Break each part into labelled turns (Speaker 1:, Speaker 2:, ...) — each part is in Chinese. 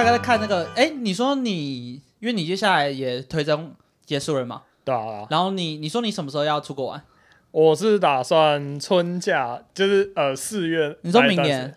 Speaker 1: 概在看那个，你说因为你接下来也推甄结束了嘛？
Speaker 2: 对啊。
Speaker 1: 然后你说你什么时候要出国玩？
Speaker 2: 我是打算春假，就是4月。
Speaker 1: 你说明年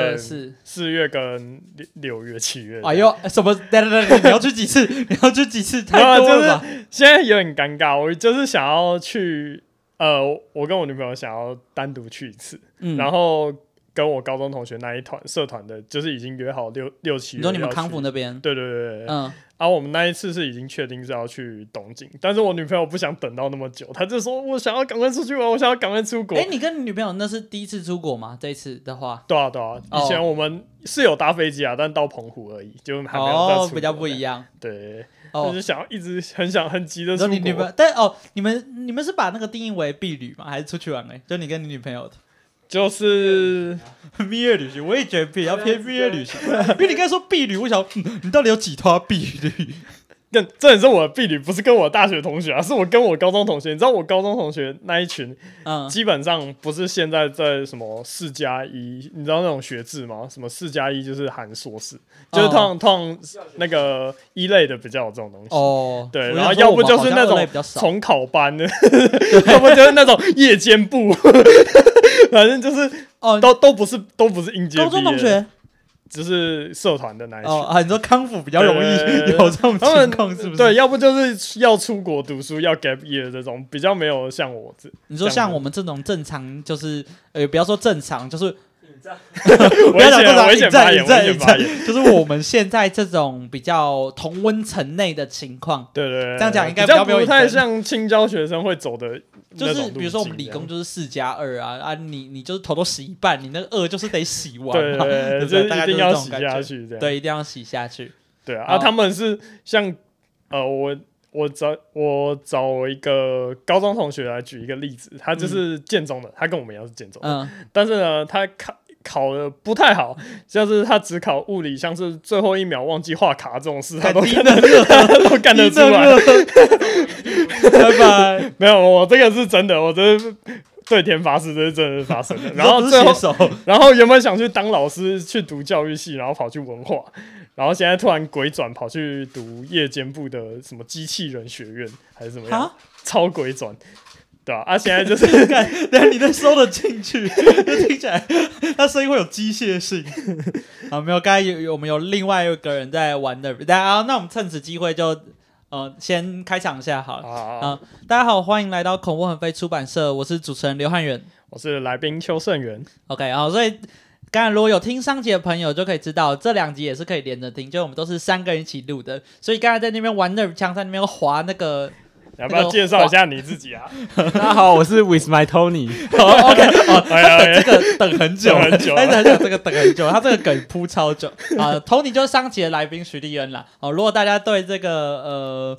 Speaker 1: 2024？4
Speaker 2: 月跟6月、7月。
Speaker 1: 哎呦，什么？你要去几次？你要去几次？太多了吧？
Speaker 2: 就是现在有点尴尬，我就是想要去，我跟我女朋友想要单独去一次，然后跟我高中同学那一团社团的，就是已经约好6、7月。
Speaker 1: 你说你们康复那边？
Speaker 2: 对对对对。我们那一次是已经确定是要去东京，但是我女朋友不想等到那么久，她就说我想要赶快出去玩，我想要赶快出国。
Speaker 1: 你跟你女朋友那是第一次出国吗？这一次的话？
Speaker 2: 对啊对啊，以前我们是有搭飞机啊，但到澎湖而已，就还没有再出国。
Speaker 1: 比较不一样。
Speaker 2: 对，就是想要一直很急的出国。
Speaker 1: 你们是把那个定义为避旅吗？还是出去玩？就你跟你女朋友的？
Speaker 2: 就是
Speaker 1: 蜜月旅行，我也觉得比较偏蜜月旅行，因为你刚才说避旅，我想你到底有几趟避旅？
Speaker 2: 这也是我的避旅，不是跟我大学同学啊，是我跟我高中同学。你知道我高中同学那一群，基本上不是现在在什么4+1，你知道那种学制吗？什么4+1就是含硕士，就是通常那个一类的比较有这种东西。对，然后要不就是那种重考班的，要不就是那种夜间部，反正就是都不是应届毕业。高中同学。就是社团的那一群。
Speaker 1: 你说康复比较容易有这种情况，是不是？
Speaker 2: 对，要不就是要出国读书，要 gap year 这种，比较没有像我
Speaker 1: 你说像我们这种正常，就是不要说正常，就是
Speaker 2: 危险发言，
Speaker 1: 就是我们现在这种比较同温层内的情况。
Speaker 2: 对对对，
Speaker 1: 这样讲应该
Speaker 2: 比较不太像青交学生会走的。
Speaker 1: 就是比如说我们理工就是4+2啊，你就是头都洗一半，你那个2就是得洗完嘛，
Speaker 2: 对，就是一定要洗下去，这样。
Speaker 1: 对，一定要洗下去。
Speaker 2: 对啊，他们是像我找一个高中同学来举一个例子，他就是建中的，他跟我们一样是建中的，但是呢，他考的不太好，像是他只考物理，像是最后1秒忘记画卡这种事，他都干得出来。
Speaker 1: 拜拜。
Speaker 2: 没有，我这个是真的，我这是对天发誓，这是真的发生的。然后然后原本想去当老师，去读教育系，然后跑去文化，然后现在突然鬼转跑去读夜间部的什么机器人学院还是怎么样，超鬼转。对啊，现在就是
Speaker 1: 等下你再收得进去，就听起来他声音会有机械性。好，没有，刚才我们有另外一个人在玩的，那我们趁此机会就先开场一下好了。大家好，欢迎来到恐怖横飞出版社，我是主持人刘汉元，
Speaker 2: 我是来宾邱胜元。
Speaker 1: OK， 所以刚才如果有听上集的朋友就可以知道，这2集也是可以连着听，就我们都是3个人一起录的，所以刚才在那边玩nerve枪，在那边滑那个。
Speaker 2: 要不要介绍一下你自己啊？
Speaker 3: 大家好，我是 With My Tony。
Speaker 1: OK， 他等这个等很久，他讲这个等很久，他这个梗铺超久啊。Tony 就是上集的来宾徐立恩啦。如果大家对这个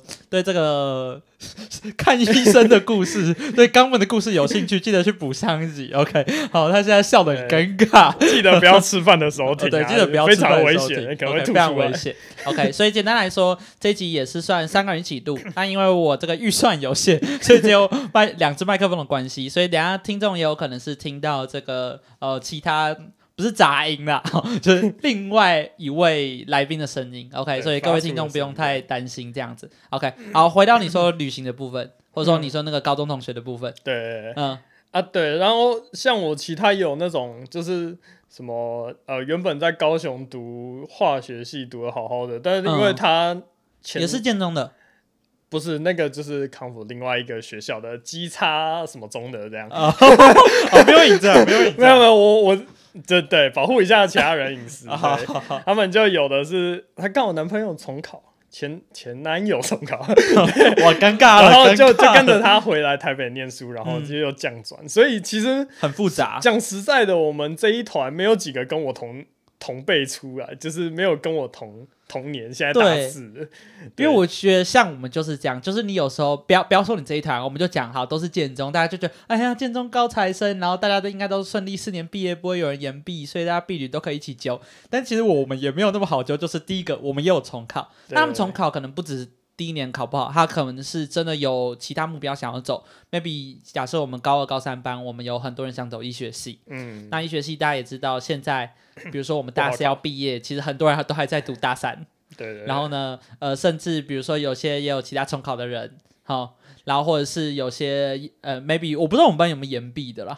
Speaker 1: 看医生的故事，对肛门的故事有兴趣，记得去补上一集。OK， 好，他现在笑得很尴尬，
Speaker 2: 记得不要吃饭的时候听，
Speaker 1: 对，记得不要吃饭的时候听，
Speaker 2: 非常危险，可能会吐出来，
Speaker 1: 非常危险。OK， 所以简单来说，这一集也是算3个人一起录，但因为我这个预算有限，所以只有2只麦克风的关系，所以等一下听众也有可能是听到这个其他。不是杂音啦，就是另外一位来宾的声音。OK， 所以各位听众不用太担心这样子。OK， 好，回到你说旅行的部分，或者说你说那个高中同学的部分。
Speaker 2: 对，对，然后像我其他有那种就是什么原本在高雄读化学系读的好好的，但是因为他
Speaker 1: 也是建中的。
Speaker 2: 不是那个，就是康复另外一个学校的基差什么中的这样。
Speaker 1: 没有引战，
Speaker 2: 没有，我对保护一下其他人隐私。他们就有的是，他跟我男朋友重考，前男友重考，
Speaker 1: 哇，尴尬了。
Speaker 2: 然后就跟着他回来台北念书，然后就又降转，所以其实
Speaker 1: 很复杂。
Speaker 2: 讲实在的，我们这一团没有几个跟我同辈出来，就是没有跟我同年，现在大4了。
Speaker 1: 因为我觉得像我们就是这样，就是你有时候不要说你这一团，我们就讲好都是建中，大家就觉得哎呀建中高材生，然后大家都应该都顺利4年毕业，不会有人延毕，所以大家毕旅都可以一起揪。但其实我们也没有那么好揪，就是第一个我们也有重考，那他们重考可能不止第一年考不好，他可能是真的有其他目标想要走。maybe 假设我们高2、高3班，我们有很多人想走医学系，那医学系大家也知道，现在比如说我们大4要毕业，其实很多人都还在读大3，
Speaker 2: 对。
Speaker 1: 然后呢，甚至比如说有些也有其他重考的人，好，然后或者是有些maybe 我不知道我们班有没有延毕的啦。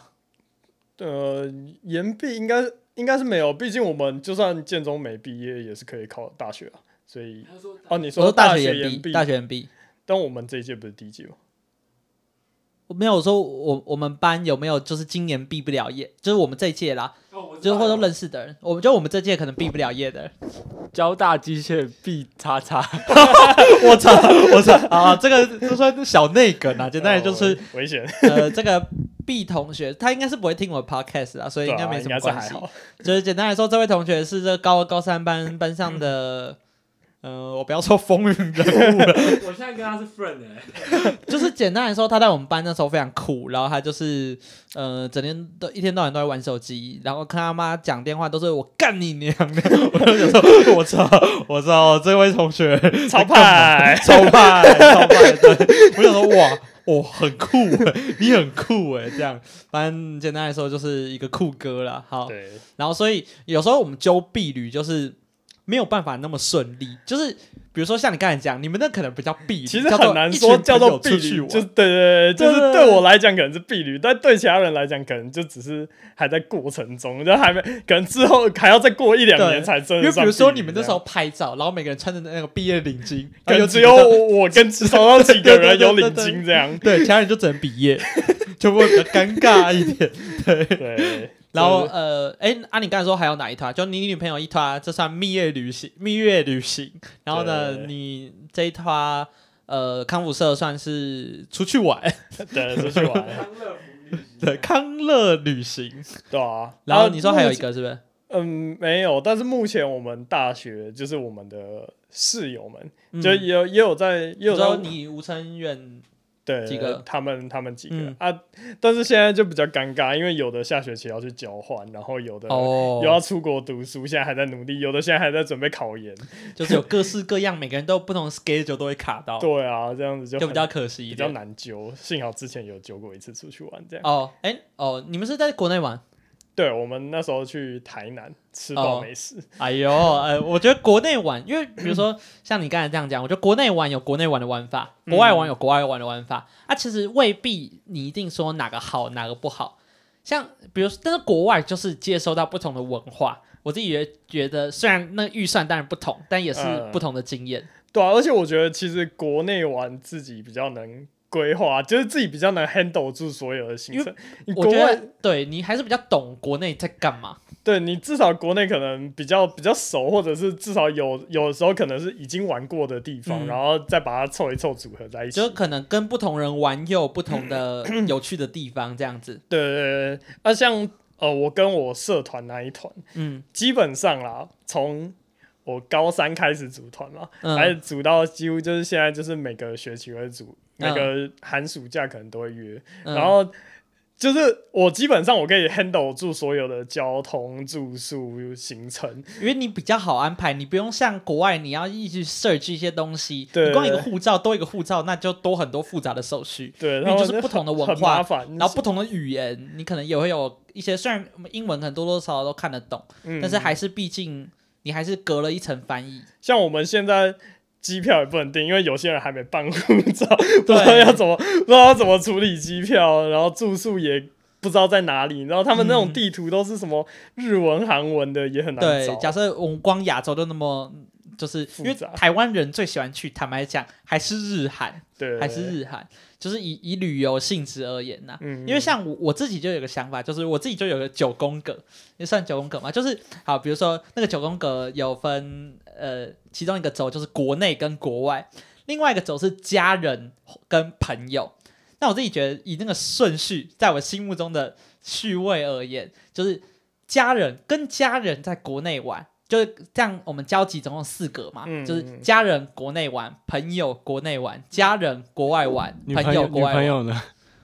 Speaker 2: 延毕应该是没有，毕竟我们就算建中没毕业，也是可以考大学啊。所以你说
Speaker 1: 大学
Speaker 2: 延毕，
Speaker 1: 大学延毕，
Speaker 2: 但我们这一届不是第一届吗？
Speaker 1: 没有，我说我们班有没有就是今年毕不了业，就是我们这一届啦，就是或者认识的人，我们这届可能毕不了业的人。
Speaker 3: 交大机械毕叉叉，
Speaker 1: 我操啊！这个就算是小内梗啊，简单来就是
Speaker 2: 危险。
Speaker 1: 这个 B 同学他应该是不会听我的 podcast 啊，所以应该没什么关系。就是简单来说，这位同学是这高2、高3班上的。我不要说风云人物了，
Speaker 3: 我现在跟他是 friend
Speaker 1: 就是简单来说，他在我们班那时候非常酷，然后他就是整天都一天到晚都在玩手机，然后跟他妈讲电话都是我干你娘的，我就想说，我操，这位同学
Speaker 2: 超派，
Speaker 1: 对，我想说哇，很酷你很酷这样，反正简单来说就是一个酷哥啦。好，
Speaker 2: 对，
Speaker 1: 然后所以有时候我们揪毕旅就是没有办法那么顺利，就是比如说像你刚才讲，你们那可能比较避旅，
Speaker 2: 其实很难说叫做避旅，就是对，就是对我来讲可能是避旅，但对其他人来讲可能就只是还在过程中，就还没，可能之后还要再过1、2年才真的。
Speaker 1: 因为比如说你们那时候拍照，然后每个人穿着那个毕业领巾，
Speaker 2: 可能只有我跟少少几个人有领巾这样，
Speaker 1: 对，其他人就只能毕业，就会比较尴尬一点，对。然后你刚才说还有哪一团？就你女朋友一团，这算蜜月旅行。然后呢，你这一团康复社算是出去玩，
Speaker 2: 对，出去玩，
Speaker 1: 对，康乐旅行，
Speaker 2: 对啊。
Speaker 1: 然后你说还有一个是不是？
Speaker 2: 没有，但是目前我们大学就是我们的室友们，就也有在，
Speaker 1: 你吴成远。
Speaker 2: 对，
Speaker 1: 几个
Speaker 2: 他们几个但是现在就比较尴尬，因为有的下学期要去交换，然后有的又要出国读书，现在还在努力，有的现在还在准备考研，
Speaker 1: 就是有各式各样，每个人都有不同的 schedule 都会卡到。
Speaker 2: 对啊，这样子就
Speaker 1: 比较可惜，
Speaker 2: 比较难揪。幸好之前有揪过一次出去玩，这样。
Speaker 1: 你们是在国内玩？
Speaker 2: 对，我们那时候去台南吃爆美食。
Speaker 1: 哎呦，我觉得国内玩，因为比如说像你刚才这样讲，我觉得国内玩有国内玩的玩法，国外玩有国外玩的玩法。其实未必你一定说哪个好，哪个不好。像比如说，但是国外就是接收到不同的文化，我自己觉得虽然那预算当然不同，但也是不同的经验。
Speaker 2: 对啊，而且我觉得其实国内玩自己比较能规划，就是自己比较能 handle 住所有的行程。
Speaker 1: 我觉得对你还是比较懂国内在干嘛。
Speaker 2: 对，你至少国内可能比较熟，或者是至少有的时候可能是已经玩过的地方，然后再把它凑一凑组合在一起，
Speaker 1: 就可能跟不同人玩又有不同的有趣的地方这样子。
Speaker 2: 对，像我跟我社团那一团，基本上啦，从我高3开始组团嘛，还是组到几乎就是现在就是每个学期会组，每个寒暑假可能都会约，然后就是我基本上我可以 handle 住所有的交通、住宿、行程，
Speaker 1: 因为你比较好安排，你不用像国外你要一直 search 一些东西，
Speaker 2: 对，
Speaker 1: 你光一个护照多一个护照，那就多很多复杂的手续，
Speaker 2: 对，
Speaker 1: 因为就是不同的文化，
Speaker 2: 然
Speaker 1: 后不同的语言，你可能也会有一些，虽然英文可能多多少少都看得懂，但是还是毕竟你还是隔了一层翻译。
Speaker 2: 像我们现在机票也不能订，因为有些人还没办护照，不知道要怎么处理机票，然后住宿也不知道在哪里，然后他们那种地图都是什么日文、韩文的，也很难找。
Speaker 1: 对，假设我们光亚洲就那么。就是因为台湾人最喜欢去，坦白讲还是日韩，
Speaker 2: 对，
Speaker 1: 还是日韩，就是以旅游性质而言呐。因为像我自己就有个想法，就是我自己就有个9宫格，也算9宫格嘛。就是好，比如说那个9宫格有分其中一个轴就是国内跟国外，另外一个轴是家人跟朋友。那我自己觉得以那个顺序，在我心目中的序位而言，就是家人在国内玩。就是这样，我们交集总共4格嘛，就是家人国内玩，朋友国内玩，家人国外玩，朋友国外玩。
Speaker 3: 女朋友呢？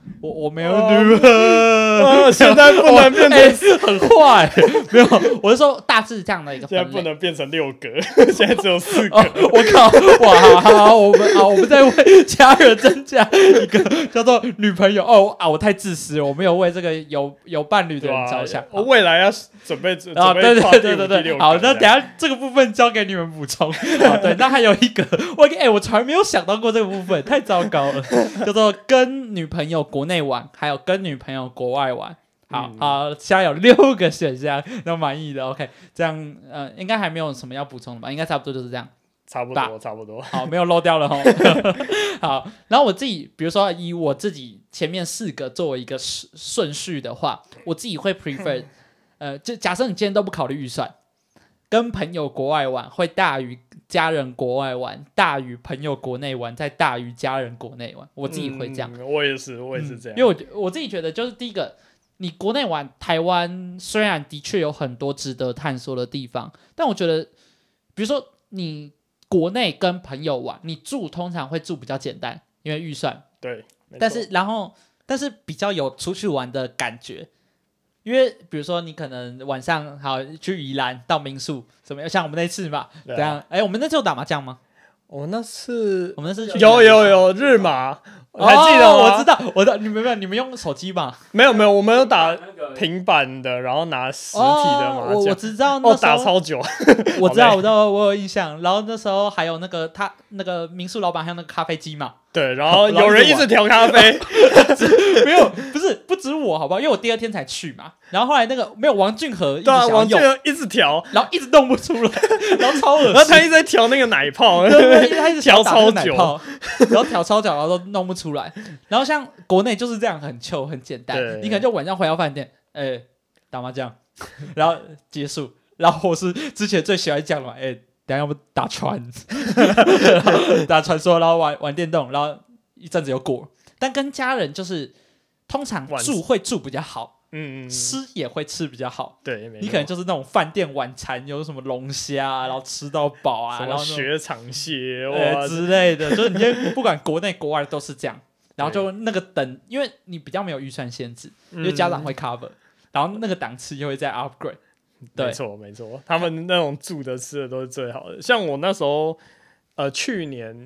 Speaker 1: 我没有女儿，
Speaker 2: 现在不能变成
Speaker 1: 很坏，没有，我是说大致这样的一个分类，
Speaker 2: 现在不能变成6个，现在只有4个。
Speaker 1: 我靠，哇，好，我们再为家人增加一个叫做女朋友。我太自私了，我没有为这个有伴侣的人着想。
Speaker 2: 我未来要准备
Speaker 1: 对，
Speaker 2: 第6个。
Speaker 1: 好，那等一下这个部分交给你们补充。好，对，那还有一个，我从来没有想到过这个部分，太糟糕了，叫做跟女朋友国内玩，还有跟女朋友国外玩。好，现在有6个选项，都满意的。OK， 这样应该还没有什么要补充的吧？应该差不多就是这样。
Speaker 2: 差不多。
Speaker 1: 好，没有漏掉了齁。好，然后我自己，比如说以我自己前面4个作为一个顺序的话，我自己会 prefer， 就假设你今天都不考虑预算，跟朋友国外玩会大于家人国外玩，大于朋友国内玩，再大于家人国内玩，我自己会这样。
Speaker 2: 我也是这样。
Speaker 1: 因为我自己觉得，就是第一个，你国内玩台湾虽然的确有很多值得探索的地方，但我觉得，比如说你国内跟朋友玩，你住通常会住比较简单，因为预算。
Speaker 2: 对，
Speaker 1: 但是比较有出去玩的感觉，因为比如说你可能晚上好去宜兰到民宿，什么像我们那次嘛，这样。我们那次有打麻将吗？
Speaker 2: 我们那次
Speaker 1: 去
Speaker 2: 有日麻。还记得吗？
Speaker 1: 我知道，你们用手机吧？
Speaker 2: 没有，我们有打平板的，然后拿实体的麻将。
Speaker 1: 我知道那时候
Speaker 2: 打超久。
Speaker 1: 我知道，我有印象。然后那时候还有他那个民宿老板还有那个咖啡机嘛。
Speaker 2: 对，然后有人一直调咖啡。
Speaker 1: 没有，不止我，好不好？因为我第2天才去嘛。然后后来那个没有王俊和一直想用，
Speaker 2: 王俊和一直调，
Speaker 1: 然后一直弄不出来，然后超恶心。
Speaker 2: 然后他一直在调那个奶泡，
Speaker 1: 他一直
Speaker 2: 调超久，
Speaker 1: 然后调超久，然后都弄不出来。然后像国内就是这样，很chill很简单，你可能就晚上回到饭店，打麻将，然后结束。然后我是之前最喜欢讲的嘛，等一下要不打船，打传说，然后玩电动，然后一阵子又过。但跟家人就是通常会住比较好，吃也会吃比较好。
Speaker 2: 对，
Speaker 1: 你可能就是那种饭店晚餐有什么龙虾，然后吃到饱啊，然后
Speaker 2: 雪场蟹
Speaker 1: 之类的，就是你今天不管国内国外都是这样。然后就那个等，因为你比较没有预算限制，因为家长会 cover，然后那个档次又会再 upgrade。对，
Speaker 2: 没错，他们那种住的吃的都是最好的。像我那时候，去年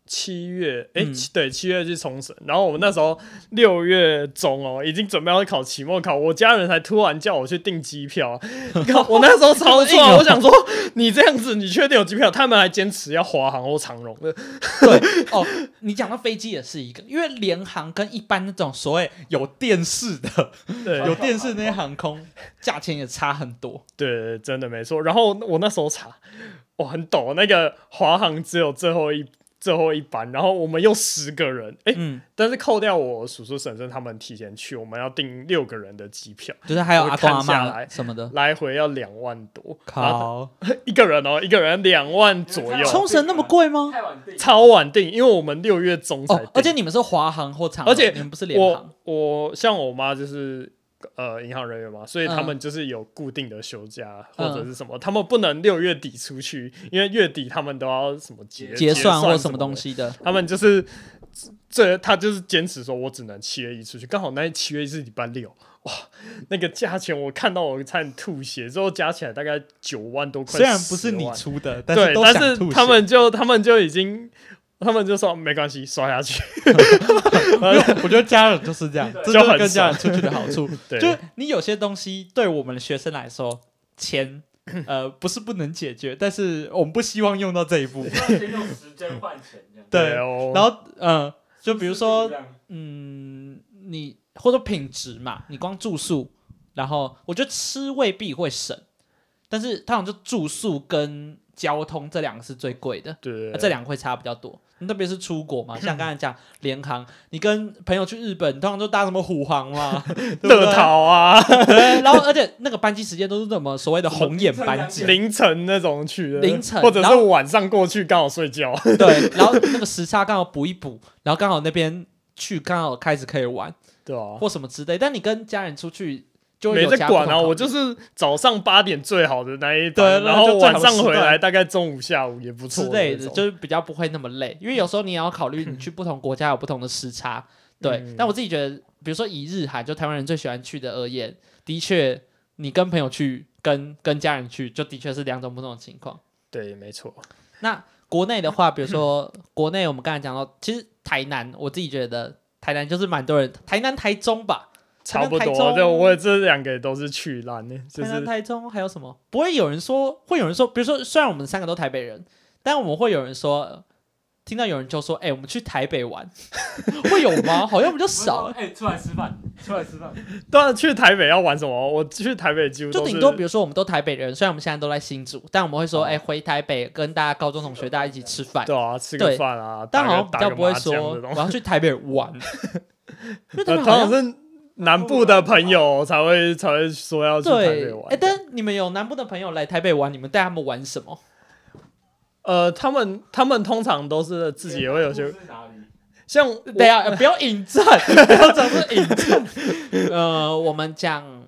Speaker 2: 7月，对，7月去冲绳，然后我们那时候6月中已经准备要考期末考，我家人才突然叫我去订机票。我那时候超错，我想说你这样子，你确定有机票？他们还坚持要华航或长荣的。
Speaker 1: 对你讲到飞机也是一个，因为联航跟一般那种所谓有电视的，有电视那些航空，价钱也差很多。
Speaker 2: 对，真的没错。然后我那时候查，很陡，那个华航只有最后一班，然后我们又10个人，但是扣掉我叔叔婶婶他们提前去，我们要订6个人的机票，
Speaker 1: 就是还有阿公阿嬷什么的，
Speaker 2: 来回要2万多，
Speaker 1: 靠，
Speaker 2: 一个人2万左右。
Speaker 1: 冲绳那么贵吗？
Speaker 2: 超晚订，因为我们6月中才订，
Speaker 1: 而且你们是华航或长荣，
Speaker 2: 而且
Speaker 1: 你们不是联航。
Speaker 2: 我像我妈就是银行人员嘛，所以他们就是有固定的休假或者是什么，他们不能6月底出去，因为月底他们都要什么结
Speaker 1: 算或什么东西的，
Speaker 2: 他们就是他就是坚持说我只能7月1出去，刚好那7月1是礼拜6，哇，那个价钱我看到我差点吐血，之后加起来大概9万多块，
Speaker 1: 虽然不是你出的，但是
Speaker 2: 他们就已经。他们就说没关系，刷下去。
Speaker 1: 我觉得家人就是这样，这就是跟家人出去的好处。就是你有些东西对我们的学生来说，钱不是不能解决，但是我们不希望用到这一步。
Speaker 3: 先用时间换钱这样。
Speaker 1: 对，然后就比如说你或者品质嘛，你光住宿，然后我觉得吃未必会省，但是通常就住宿跟交通这2个是最贵的，
Speaker 2: 对，
Speaker 1: 这2个会差比较多。特别是出国嘛，像刚才讲联航，你跟朋友去日本，通常都搭什么虎航嘛，
Speaker 2: 乐桃啊，
Speaker 1: 对，然后而且那个班机时间都是什么所谓的红眼班机，
Speaker 2: 凌晨那种去的，
Speaker 1: 凌晨
Speaker 2: 或者是晚上过去刚好睡觉，
Speaker 1: 对，然后那个时差刚好补一补，然后刚好那边去刚好开始可以玩，
Speaker 2: 对啊，
Speaker 1: 或什么之类。但你跟家人出去。就
Speaker 2: 没在管啊，我就是早上8点最好的那一班，然后晚上回来大概中午下午也不错
Speaker 1: 之类的，就是比较不会那么累。因为有时候你也要考虑，你去不同国家有不同的时差， 对，但我自己觉得，比如说以日韩就台湾人最喜欢去的而言，的确，你跟朋友去，跟家人去，就的确是2种不同的情况。
Speaker 2: 对，没错。
Speaker 1: 那国内的话，比如说国内，我们刚才讲到，其实台南，我自己觉得台南就是蛮多人，台南、台中吧。
Speaker 2: 差不多，对，我这2个都是去烂的。就是、
Speaker 1: 台南、台中还有什么？不会有人说，比如说，虽然我们3个都台北人，但我们会有人说，听到有人就说，我们去台北玩，会有吗？好像比较少。
Speaker 3: 出来吃饭。
Speaker 2: 对啊，去台北要玩什么？我去台北几乎都是
Speaker 1: 就顶多，比如说我们都台北人，虽然我们现在都在新竹，但我们会说，回台北跟大家高中同学大家一起吃饭。
Speaker 2: 对啊，吃个饭啊。
Speaker 1: 但好像比较不会说我要去台北玩。
Speaker 2: 通常是南部的朋友才会说要去台北玩。
Speaker 1: 但你们有南部的朋友来台北玩，你们带他们玩什么？
Speaker 2: 他们通常都是自己也会有些，像
Speaker 1: 对啊，不要引战，不要讲是引战。我们讲，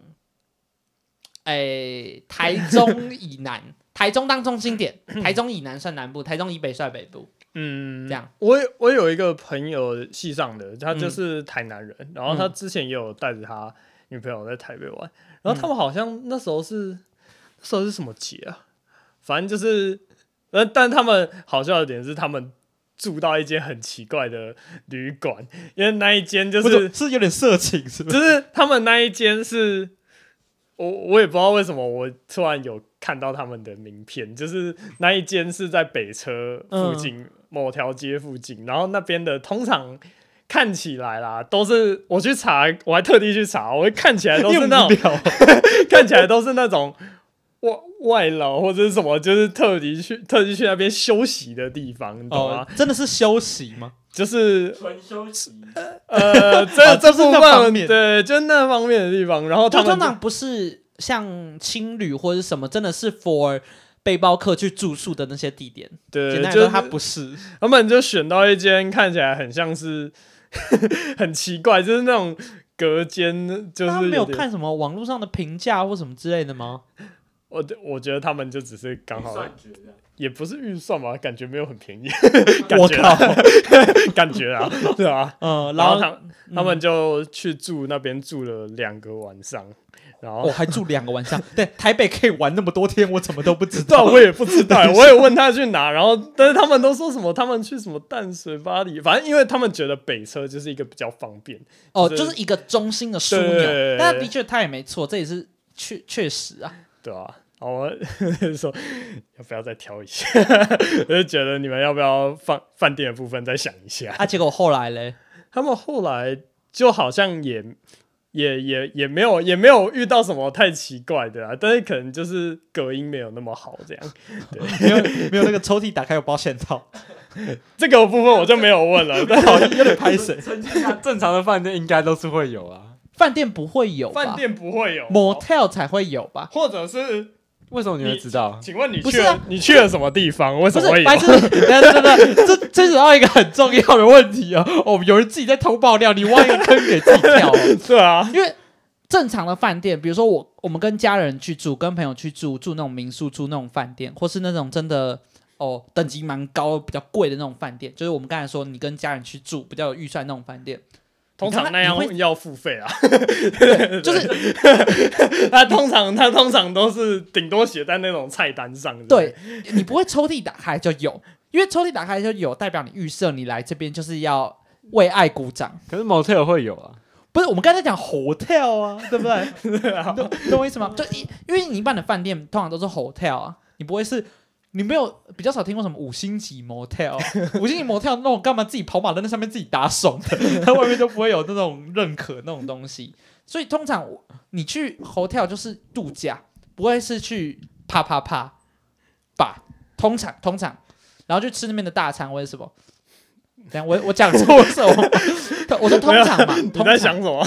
Speaker 1: 台中以南，台中当中心点，台中以南算南部，台中以北算北部。这样。
Speaker 2: 我有一个朋友系上的，他就是台南人，然后他之前也有带着他女朋友在台北玩，然后他们好像那时候是什么节啊？反正就是，但他们好笑的点是他们住到一间很奇怪的旅馆，因为那一间就是
Speaker 1: 有点色情，是不是？
Speaker 2: 就是他们那一间是。我也不知道为什么，我突然有看到他们的名片，就是那一间是在北车附近、某条街附近，然后那边的通常看起来啦，都是我去查，我还特地去查，我看起来都是那种看起来都是那种外劳或者是什么，就是特地去那边休息的地方，你懂吗？
Speaker 1: 真的是休息吗？
Speaker 2: 就是
Speaker 3: 纯休息，
Speaker 2: 这部分对，就是那方面的地方。然后他们
Speaker 1: 通常不是像青旅或者什么，真的是 for 背包客去住宿的那些地点。
Speaker 2: 对，
Speaker 1: 简单来说，它不是。
Speaker 2: 他们就选到一间看起来很像是很奇怪，就是那种隔间，就是他
Speaker 1: 没有看什么网络上的评价或什么之类的吗？
Speaker 2: 我觉得他们就只是刚好。也不是预算嘛，感觉没有很便宜。
Speaker 1: 我靠，
Speaker 2: 感觉啊，对啊，
Speaker 1: 然
Speaker 2: 后他们就去住那边住了2个晚上，然后
Speaker 1: 还住2个晚上。对，台北可以玩那么多天，我怎么都不知道。
Speaker 2: 我也不知道，我也问他去哪，然后但是他们都说什么，他们去什么淡水、巴黎，反正因为他们觉得北车就是一个比较方便，
Speaker 1: 就是一个中心的枢纽。但的确他也没错，这也是确实啊，
Speaker 2: 对啊。我说要不要再挑一下？我就觉得你们要不要饭店的部分再想一下。
Speaker 1: 结果后来嘞，
Speaker 2: 他们后来就好像也没有遇到什么太奇怪的啊，但是可能就是隔音没有那么好这样。
Speaker 1: 对，没有那个抽屉打开有保险套。
Speaker 2: 这个部分我就没有问了，
Speaker 1: 不好意思，有点拍水。
Speaker 3: 正常的饭店应该都是会有啊，
Speaker 1: 饭店不会有吧，
Speaker 2: 饭店不会有
Speaker 1: ，motel 才会有吧，
Speaker 2: 或者是。
Speaker 3: 为什么你会知道？
Speaker 2: 请问你去了什么地方？为什么会有？
Speaker 1: 对，这是要一个很重要的问题啊！有人自己在偷爆料，你挖一个坑给自己跳。
Speaker 2: 对啊，
Speaker 1: 因为正常的饭店，比如说我们跟家人去住，跟朋友去住那种民宿，住那种饭店，或是那种真的等级蛮高、比较贵的那种饭店，就是我们刚才说你跟家人去住比较有预算那种饭店。
Speaker 2: 通常那样要付费啊，
Speaker 1: 就是
Speaker 2: 他通常都是顶多写在那种菜单上。
Speaker 1: 对，你不会抽屉打开就有，因为抽屉打开就有，代表你预设你来这边就是要为爱鼓掌。
Speaker 3: 可是 motel 会有啊，
Speaker 1: 不是我们刚才讲 hotel 啊，对不对？
Speaker 2: 对啊，
Speaker 1: 懂我意思吗？就因为你一般的饭店通常都是 hotel 啊，你不会是。你没有比较少听过什么5星级 motel， 5星级 motel 那种干嘛自己跑马灯在上面自己打爽的，它外面都不会有那种认可那种东西，所以通常你去 hotel 就是度假，不会是去啪吧，通常，然后去吃那边的大餐，为什么？等下我讲错什么？我说通常嘛，
Speaker 2: 你在想什么？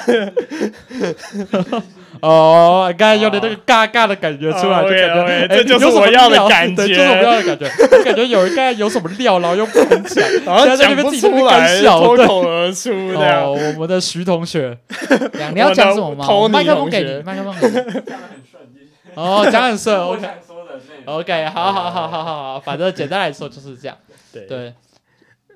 Speaker 1: 刚才有点那个尬尬的感觉出来，就感觉
Speaker 2: 这就是我要的感觉，
Speaker 1: 就是我要的感觉。我感觉有人刚才有什么料，然后又不能讲，
Speaker 2: 然后讲不出来，脱口而出这样。
Speaker 1: 我们的徐同学，你要讲什么吗？麦克风给你，麦克风给你。讲很顺。OK， 好，反正简单来说就是这样。对。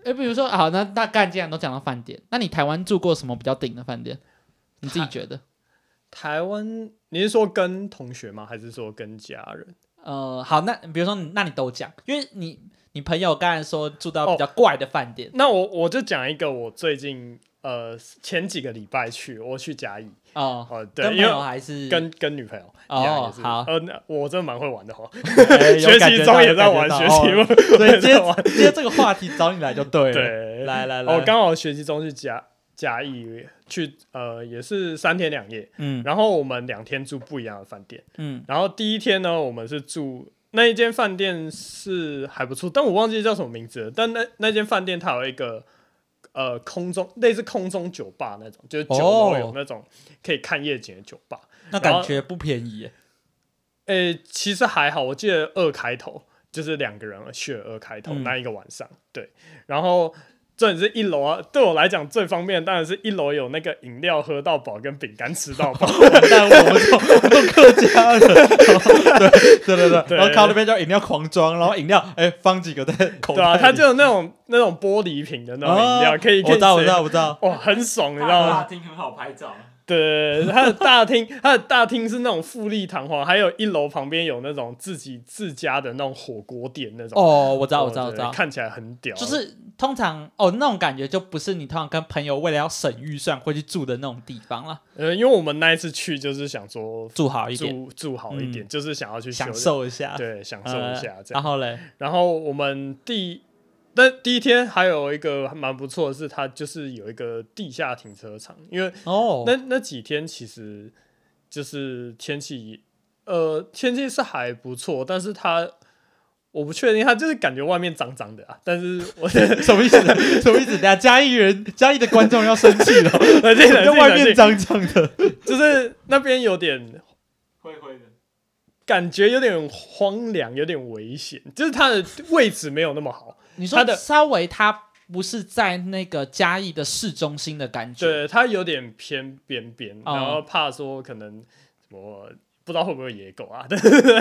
Speaker 1: 比如说好，那大概既然都讲到饭店，那你台湾住过什么比较顶的饭店？你自己觉得？
Speaker 2: 台湾，你是说跟同学吗？还是说跟家人？
Speaker 1: 好，那比如说那你都讲，因为你朋友刚才说住到比较怪的饭店，
Speaker 2: 那我就讲一个我最近前几个礼拜我去嘉义对，
Speaker 1: 跟朋友还是
Speaker 2: 跟女朋友
Speaker 1: 好，
Speaker 2: 我真的蛮会玩的
Speaker 1: 学
Speaker 2: 习中也在玩，学习
Speaker 1: 所以今天这个话题找你来就对了。
Speaker 2: 对，
Speaker 1: 来，
Speaker 2: 我刚好学习中去嘉义去也是3天2夜，然后我们2天住不一样的饭店，然后第一天呢，我们是住那一间饭店是还不错，但我忘记叫什么名字了。但那间饭店它有一个类似空中酒吧那种，就是9楼有那种可以看夜景的酒吧，
Speaker 1: 那感觉不便宜耶。
Speaker 2: 其实还好，我记得2开头，就是2个人share 2开头那一个晚上，对，然后。这里是1楼啊，对我来讲最方便的当然是1楼有那个饮料喝到饱跟饼干吃到饱。
Speaker 1: 但我们都客家人，对，然后靠那边叫饮料狂装，然后饮料放几个在口袋里。对啊，
Speaker 2: 它就有那种玻璃瓶的那种饮料，可以。我
Speaker 1: 知道。
Speaker 2: 哇，很爽，你知道吗？
Speaker 3: 大厅很好拍照。
Speaker 2: 对，它的大厅是那种富丽堂皇，还有1楼旁边有那种自家的那种火锅店那种。
Speaker 1: 我知道，
Speaker 2: 看起来很屌。
Speaker 1: 就是通常那种感觉就不是你通常跟朋友为了要省预算会去住的那种地方了。
Speaker 2: 因为我们那一次去就是想说
Speaker 1: 住好一点，
Speaker 2: 住好一点，就是想要去
Speaker 1: 享受一下，
Speaker 2: 对，享受一下这样。
Speaker 1: 然后
Speaker 2: 我们但第一天还有一个蛮不错的是，它就是有一个地下停车场，因为那几天其实就是天气是还不错，但是我不确定，它就是感觉外面脏脏的啊。但是我
Speaker 1: 什么意思？什么意思？等下嘉义的观众要生气了，
Speaker 2: 在
Speaker 1: 外面脏脏的，
Speaker 2: 就是那边有点
Speaker 3: 灰灰的。
Speaker 2: 感觉有点荒凉，有点危险，就是它的位置没有那么好。
Speaker 1: 你说稍微它不是在那个嘉义的市中心的感觉，
Speaker 2: 对，它有点偏边边，然后怕说可能什么不知道会不会野狗啊？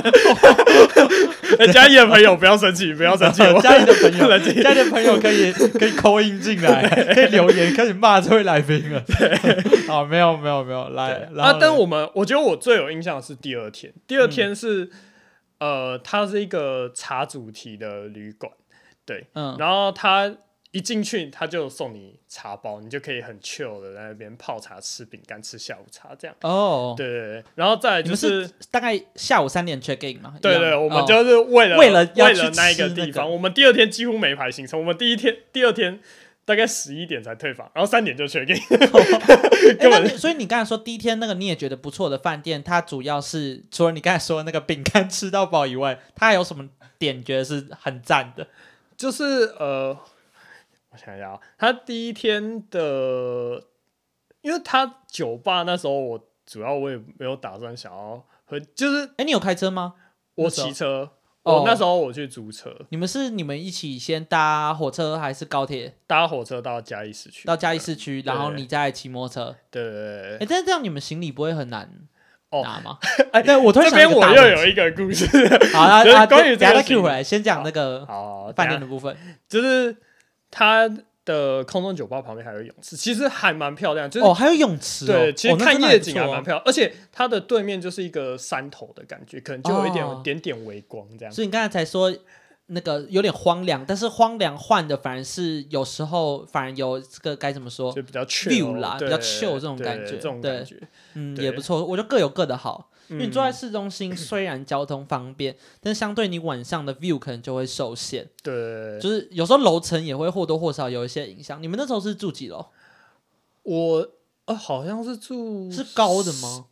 Speaker 2: 嘉义的朋友不要生气，不要生气。
Speaker 1: 嘉义的朋友可以 call in 进来，可以留言开始骂这位来宾了。好，没有来
Speaker 2: 但我觉得我最有印象的是第二天，是它是一个茶主题的旅馆。对，然后他一进去，他就送你茶包，你就可以很 chill 的在那边泡茶、吃饼干、吃下午茶这样。对，然后再来就是
Speaker 1: 大概下午3点 check in 嘛。
Speaker 2: 对，我们就是为了那一个地方，我们第2天几乎没排行程，我们第2天大概11点才退房，然后3点就 check in。
Speaker 1: 所以你刚才说第一天那个你也觉得不错的饭店，它主要是除了你刚才说的那个饼干吃到饱以外，它还有什么点觉得是很赞的？
Speaker 2: 就是我想一下他第一天的，因为他酒吧那时候我也没有打算想要喝，就是
Speaker 1: 你有开车吗？
Speaker 2: 我骑车，那时候我去租车。你
Speaker 1: 们一起先搭火车还是高铁？
Speaker 2: 搭火车到嘉义市区，
Speaker 1: 然后你再骑摩托车。
Speaker 2: 对。
Speaker 1: 但是这样你们行李不会很难拿吗？
Speaker 2: 对，我突然想这边我又有一个故事。
Speaker 1: 好关于这个 Q 回来，先讲那个饭店的部分，
Speaker 2: 就是它的空中酒吧旁边还有泳池，其实还蛮漂亮。就是
Speaker 1: 还有泳池。
Speaker 2: 对，其实看夜景还蛮漂亮，而且它的对面就是一个山头的感觉，可能就有一点微光这样。
Speaker 1: 所以你刚才才说那个有点荒凉，但是荒凉换的反而是有时候反而有这个该怎么说，
Speaker 2: 就比较
Speaker 1: chill 啦，比较 chill 这种感觉，
Speaker 2: 这种感觉，
Speaker 1: 也不错。我觉得各有各的好。因为你坐在市中心，虽然交通方便，但相对你晚上的 view 可能就会受限。
Speaker 2: 对，
Speaker 1: 就是有时候楼层也会或多或少有一些影响。你们那时候是住几楼？
Speaker 2: 我好像是住
Speaker 1: 是高的吗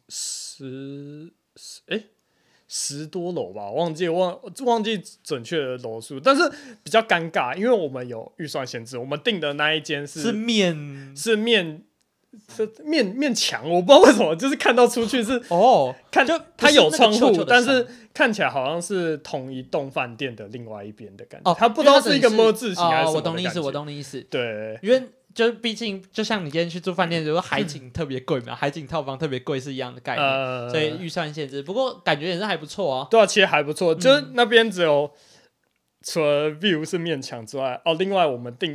Speaker 2: ？10多楼吧，忘记准确的楼数，但是比较尴尬，因为我们有预算限制，我们订的那一间是面墙，我不知道为什么，就是看到出去是看就它有窗户，但是看起来好像是同一栋饭店的另外一边的感觉。它不知道是一个么字形还是什么的感觉。
Speaker 1: 我懂你意思。
Speaker 2: 对，
Speaker 1: 因为就毕竟就像你今天去住饭店，如果海景特别贵嘛，海景套房特别贵是一样的概念，所以预算限制。不过感觉也是还不错啊。
Speaker 2: 对啊，其实还不错，就是那边只有除了 view 是面墙之外，另外我们订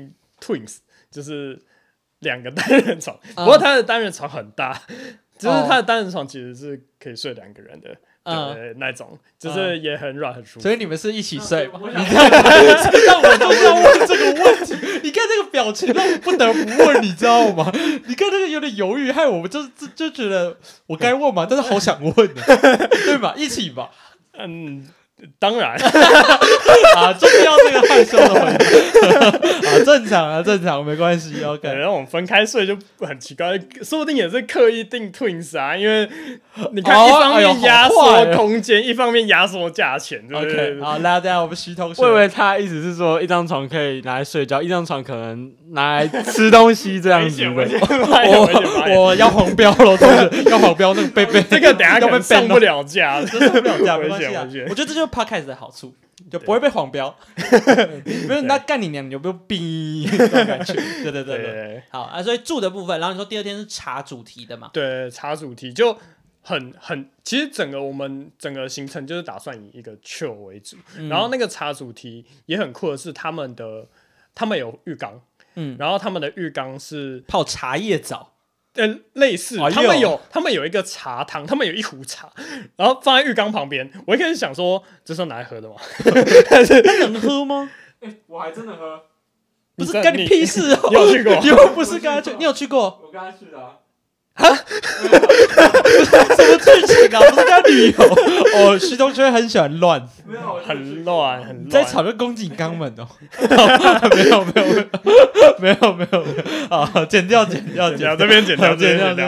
Speaker 2: twins， 就是2个单人床，不过它的单人床很大，就是它的单人床其实是可以睡2个人的。那种就是也很软很舒服，
Speaker 1: 所以你们是一起睡吗？你看，让我就要问这个问题。你看这个表情，让我不得不问，你知道吗？你看那个有点犹豫，害我们就觉得我该问嘛，但是好想问，对吧？一起吧。
Speaker 2: 当然
Speaker 1: 就是要这个害羞的回答正常，没关系。OK，
Speaker 2: 然后我们分开睡就很奇怪，说不定也是刻意定 twins 啊，因为你看，一方面压缩空间，一方面压缩价钱，对不对？
Speaker 1: OK， 好，大家我们徐同学，
Speaker 3: 我以为他意思是说一张床可以拿来睡觉，一张床可能拿来吃东西这样子的。
Speaker 1: 我要黄标了，同学，要黄标那个被
Speaker 2: 这个等下可能上不了架，
Speaker 1: 上不了架，没关系啊。
Speaker 2: 危险
Speaker 1: 我觉得这就是 podcast 的好处，就不会被黄标。没有那干你娘，你有没有逼这种感觉？对。好啊，所以住的部分，然后你说第2天是茶主题的嘛？
Speaker 2: 对，茶主题就很，其实我们整个行程就是打算以一个 chill 为主，然后那个茶主题也很酷的是他们有浴缸，然后他们的浴缸是
Speaker 1: 泡茶叶澡。
Speaker 2: 类似，他们有一个茶汤，他们有一壶茶，然后放在浴缸旁边。我一开始想说，这是拿来喝的吗？但是
Speaker 1: 能喝吗？
Speaker 3: 我还真的喝，
Speaker 1: 不是干你屁事哦！
Speaker 2: 你有去过？
Speaker 1: 你又不是跟他去，你有去过？
Speaker 3: 我跟他去的啊。
Speaker 1: 什么剧情啊？不是跟他旅游？徐同学很喜欢乱，
Speaker 2: 很乱，
Speaker 1: 在吵着攻击肛门哦。没有啊，剪掉，
Speaker 2: 这边剪掉。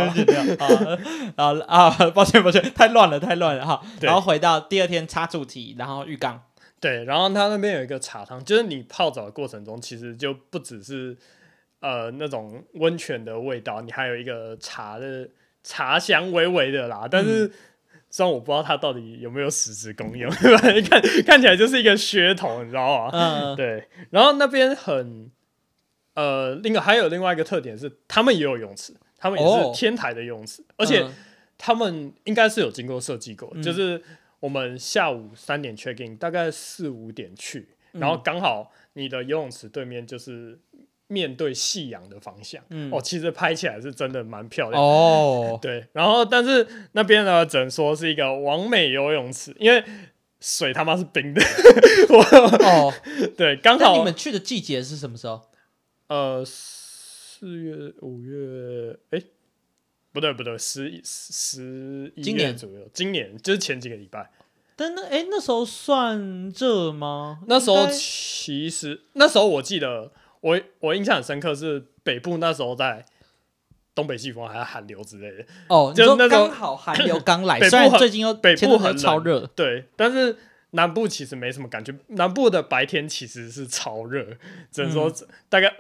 Speaker 1: 抱歉，太乱了哈。然后回到第2天茶主题，然后浴缸。
Speaker 2: 对，然后他那边有一个茶汤，就是你泡澡的过程中，其实就不只是那种温泉的味道，你还有一个茶香微微的啦。但是虽然我不知道它到底有没有实质功用，看起来就是一个噱头，你知道吗？对。然后那边还有另外一个特点是，他们也有泳池，他们也是天台的泳池，而且他们应该是有经过设计过，就是我们下午3点 check in， 大概4、5点去，然后刚好你的游泳池对面就是面对夕阳的方向，其实拍起来是真的蛮漂亮的对，然后但是那边呢，只能说是一个完美游泳池，因为水他妈是冰的对，刚好。
Speaker 1: 你们去的季节是什么时候
Speaker 2: ？4月、5月，不对，11月左右，今年就是前几个礼拜。
Speaker 1: 但那时候算热吗？
Speaker 2: 那时候其实我记得我印象很深刻是北部那时候在东北季风还是寒流之类的
Speaker 1: 就那时候刚好寒流刚来，虽然最近
Speaker 2: 北部很
Speaker 1: 超热，
Speaker 2: 对，但是南部其实没什么感觉，南部的白天其实是超热，只能说大概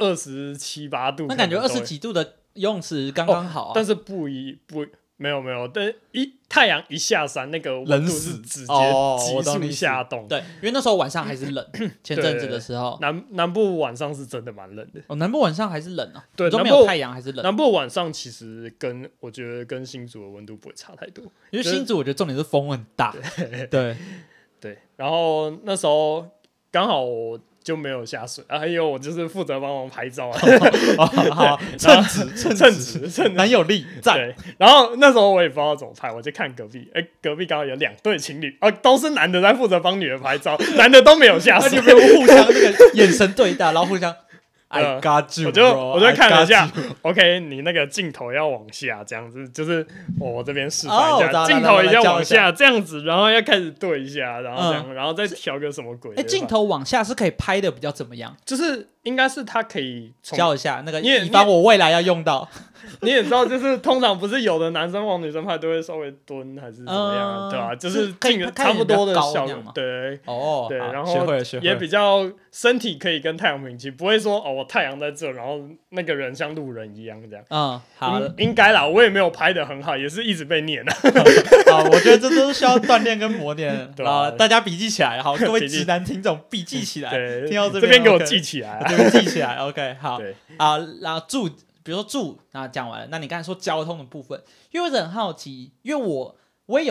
Speaker 2: 27、8度，
Speaker 1: 那感觉20几度的游泳池刚刚好
Speaker 2: 但是没有，但太阳一下山，那个温度是直接急速下冻。
Speaker 1: 对，因为那时候晚上还是冷，前阵子的时候，
Speaker 2: 南部晚上是真的蛮冷的。
Speaker 1: 南部晚上还是冷啊？
Speaker 2: 对，
Speaker 1: 都没有太阳还是冷。
Speaker 2: 南部晚上其实我觉得跟新竹的温度不会差太多，
Speaker 1: 因为新竹我觉得重点是风很大。
Speaker 2: 对，然后那时候刚好我就没有下水，还有我就是负责帮忙拍照
Speaker 1: 好，称职，男友力赞。
Speaker 2: 对，然后那时候我也不知道怎么拍，我就看隔壁，隔壁刚好有2对情侣，都是男的在负责帮女的拍照，男的都没有下水，
Speaker 1: 你有没有互相那个眼神对大，然后互相I got you，
Speaker 2: 我就看了一下 ，OK， 你那个镜头要往下，这样子，就是我这边示范一下，镜头要往下这样子，然后要开始对一下，然后这样，然后再调个什么鬼？
Speaker 1: 镜头往下是可以拍的比较怎么样？
Speaker 2: 就是应该是它可以
Speaker 1: 教一下那个，以防我未来要用到。
Speaker 2: 你也知道，就是通常不是有的男生往女生拍都会稍微蹲还是怎么样，对吧？就是差不多的效果，对，对，然后也比较身体可以跟太阳平齐，不会说我太阳在这，然后那个人像路人一样这样。
Speaker 1: 好，
Speaker 2: 应该啦，我也没有拍的很好，也是一直被念啊。
Speaker 1: 我觉得这都是需要锻炼跟磨练啊，大家笔记起来，好，各位直男听众笔记起来，听到这
Speaker 2: 边给我记起来，
Speaker 1: 这边记起来 ，OK， 好，然后比如说住，那讲完了，那你刚才说交通的部分，因为我很好奇，因为我也有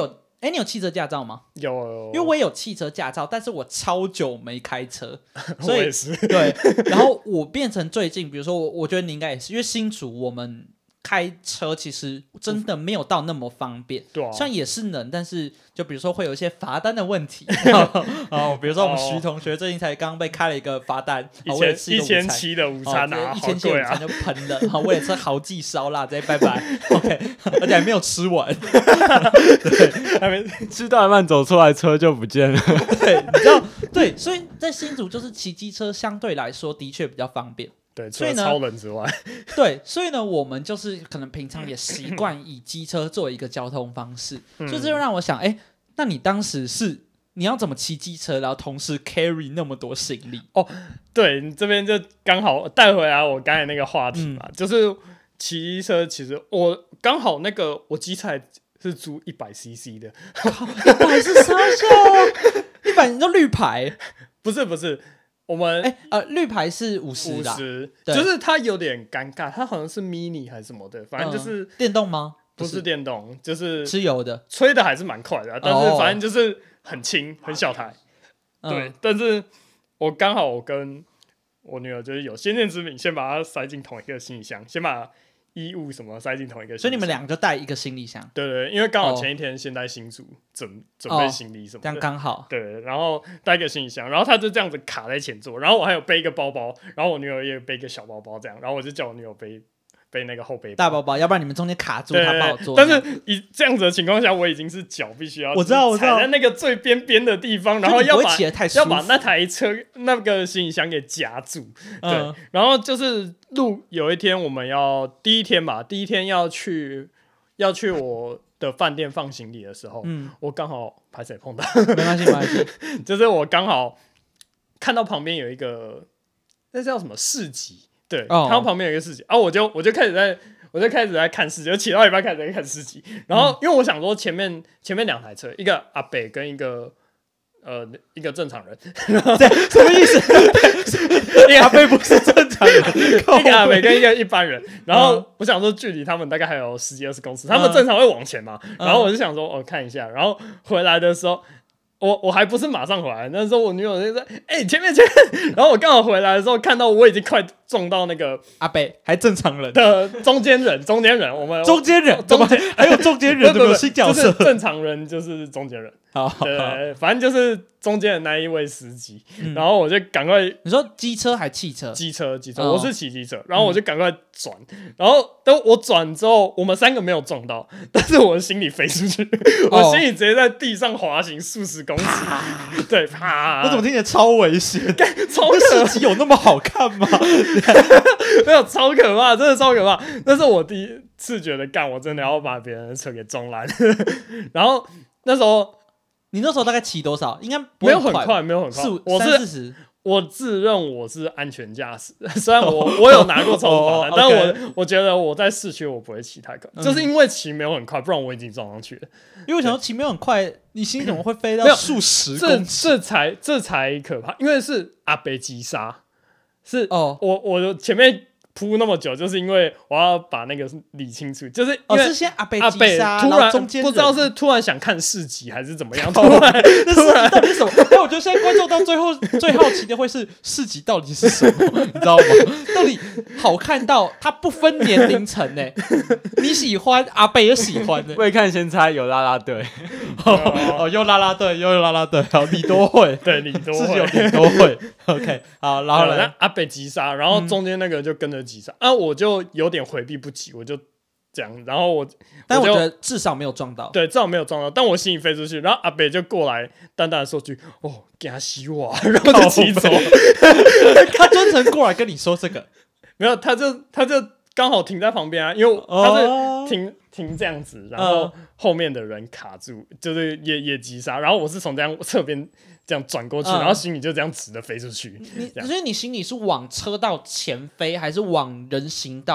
Speaker 1: 你有汽车驾照吗？
Speaker 2: 有，
Speaker 1: 因为我也有汽车驾照，但是我超久没开车，所以
Speaker 2: 我也是。
Speaker 1: 对，然后我变成最近，比如说我觉得你应该也是，因为新竹我们开车其实真的没有到那么方便，
Speaker 2: 对啊，
Speaker 1: 虽然也是能，但是就比如说会有一些罚单的问题比如说我们徐同学最近才刚被开了一个罚单，为了吃一个午餐
Speaker 2: 1700的午餐啊
Speaker 1: ，1700的午餐就喷了，为了吃豪记烧腊，直接拜拜，OK， 而且还没有吃完，
Speaker 3: 对，还没吃到一半走出来，车就不见了。
Speaker 1: 对，你知道，对，所以在新竹就是骑机车相对来说的确比较方便。
Speaker 2: 对，除了超人之外，
Speaker 1: 对，所以呢，我们就是可能平常也习惯以机车作为一个交通方式，所以这就让我想，那你当时是你要怎么骑机车，然后同时 carry 那么多行李？
Speaker 2: 对，你这边就刚好带回来我刚才那个话题嘛，就是骑机车，其实我刚好那个我机车是租100cc 的
Speaker 1: ，100是啥笑？100你说绿牌？
Speaker 2: 不是。我们
Speaker 1: 绿牌是50的
Speaker 2: ，50，就是它有点尴尬，它好像是 mini 还是什么的，反正就是
Speaker 1: 电动吗？
Speaker 2: 不是电动，就是
Speaker 1: 吃油的，
Speaker 2: 吹的还是蛮快的，但是反正就是很轻，很小台。对，但是我刚好我跟我女儿就是有先见之明，先把它塞进同一个行李箱，先把衣物什么塞进同一个行李箱，
Speaker 1: 所以你们两个就带一个行李箱。
Speaker 2: 对，因为刚好前一天先带新竹准备行李什么的，
Speaker 1: 这样刚好。
Speaker 2: 对，然后带一个行李箱，然后他就这样子卡在前座，然后我还有背一个包包，然后我女儿也背一个小包包这样，然后我就叫我女儿背那个后背
Speaker 1: 大包包，要不然你们中间卡住，他不好坐。
Speaker 2: 但是以这样子的情况下，我已经是脚必须要
Speaker 1: 我知道
Speaker 2: 踩在那个最边的地方，然后要把那台车那个行李箱给夹住。对，然后就是有一天我们第一天要去我的饭店放行李的时候，我刚好拍谁碰到，
Speaker 1: 没关系，
Speaker 2: 就是我刚好看到旁边有一个那叫什么市集。对，看到旁边有一个市集，我就开始在看市集，就骑到一半开始在看市集。然后因为我想说前面2台车，一个阿北跟一个正常人，
Speaker 1: 什么意思？一个阿北不是正常人，
Speaker 2: 一个阿北跟一个一般人。然后我想说距离他们大概还有10几20公尺，他们正常会往前嘛。然后我就想说看一下，然后回来的时候。我还不是马上回来，那时候我女友就说：“前面。”然后我刚好回来的时候，看到我已经快撞到那个
Speaker 1: 阿北，还正常人
Speaker 2: 的中间人，我们
Speaker 1: 中间人，还有中间人，有新角色，
Speaker 2: 就是正常人就是中间人。对，反正就是中间的那一位司机。然后我就赶快，
Speaker 1: 你说机车还汽车？
Speaker 2: 机车，我是骑机车，然后我就赶快转，然后等我转之后，我们3个没有撞到，但是我的行李飞出去，我行李直接在地上滑行数十公尺，对，啪！
Speaker 1: 我怎么听起来超危险？
Speaker 2: 超可怕，
Speaker 1: 市集有那么好看吗？
Speaker 2: 没有，超可怕，真的超可怕。那是我第一次觉得，我真的要把别人的车给撞烂。然后
Speaker 1: 你那时候大概骑多少？应该
Speaker 2: 没有很快，
Speaker 1: 我是30。
Speaker 2: 我自认我是安全驾驶，虽然我有拿过超速罚单，但我觉得我在市区我不会骑太快，就是因为骑没有很快，不然我已经撞上去了。
Speaker 1: 因为我想说骑没有很快，你心里怎么会飞到数十公尺？
Speaker 2: 这才可怕，因为是阿北急刹，是我前面铺那么久，就是因为我要把那个理清楚，就是因为
Speaker 1: 是先阿北急刹，
Speaker 2: 突然
Speaker 1: 中间
Speaker 2: 不知道是突然想看市集还是怎么样，突然
Speaker 1: 到底是什么？但我觉得现在观众到最后最好奇的会是市集到底是什么，你知道吗？到底好看到它不分年龄层呢？你喜欢，阿北也喜欢呢。
Speaker 3: 未看先猜，有啦啦队，
Speaker 1: 又啦啦队，又啦啦队，好，你多会，
Speaker 2: 对，你多
Speaker 1: 会，你多会。OK， 好，然后呢？
Speaker 2: 阿北急刹，然后中间那个就跟着急刹，我就有点回避不及，我就这样，然后
Speaker 1: 但我觉得至少没有撞到，
Speaker 2: 对，至少没有撞到，但我心里飞出去，然后阿北就过来淡淡的说句给他洗我，然后就骑走。
Speaker 1: 他专程过来跟你说这个，
Speaker 2: 没有，他就刚好停在旁边啊，因为他是停这样子，然后后面的人卡住，就是也急刹，然后我是从这样侧边这样转过去，然后行李就这样直的飞出去。
Speaker 1: 所以你行李是往车道前飞，还是往人行道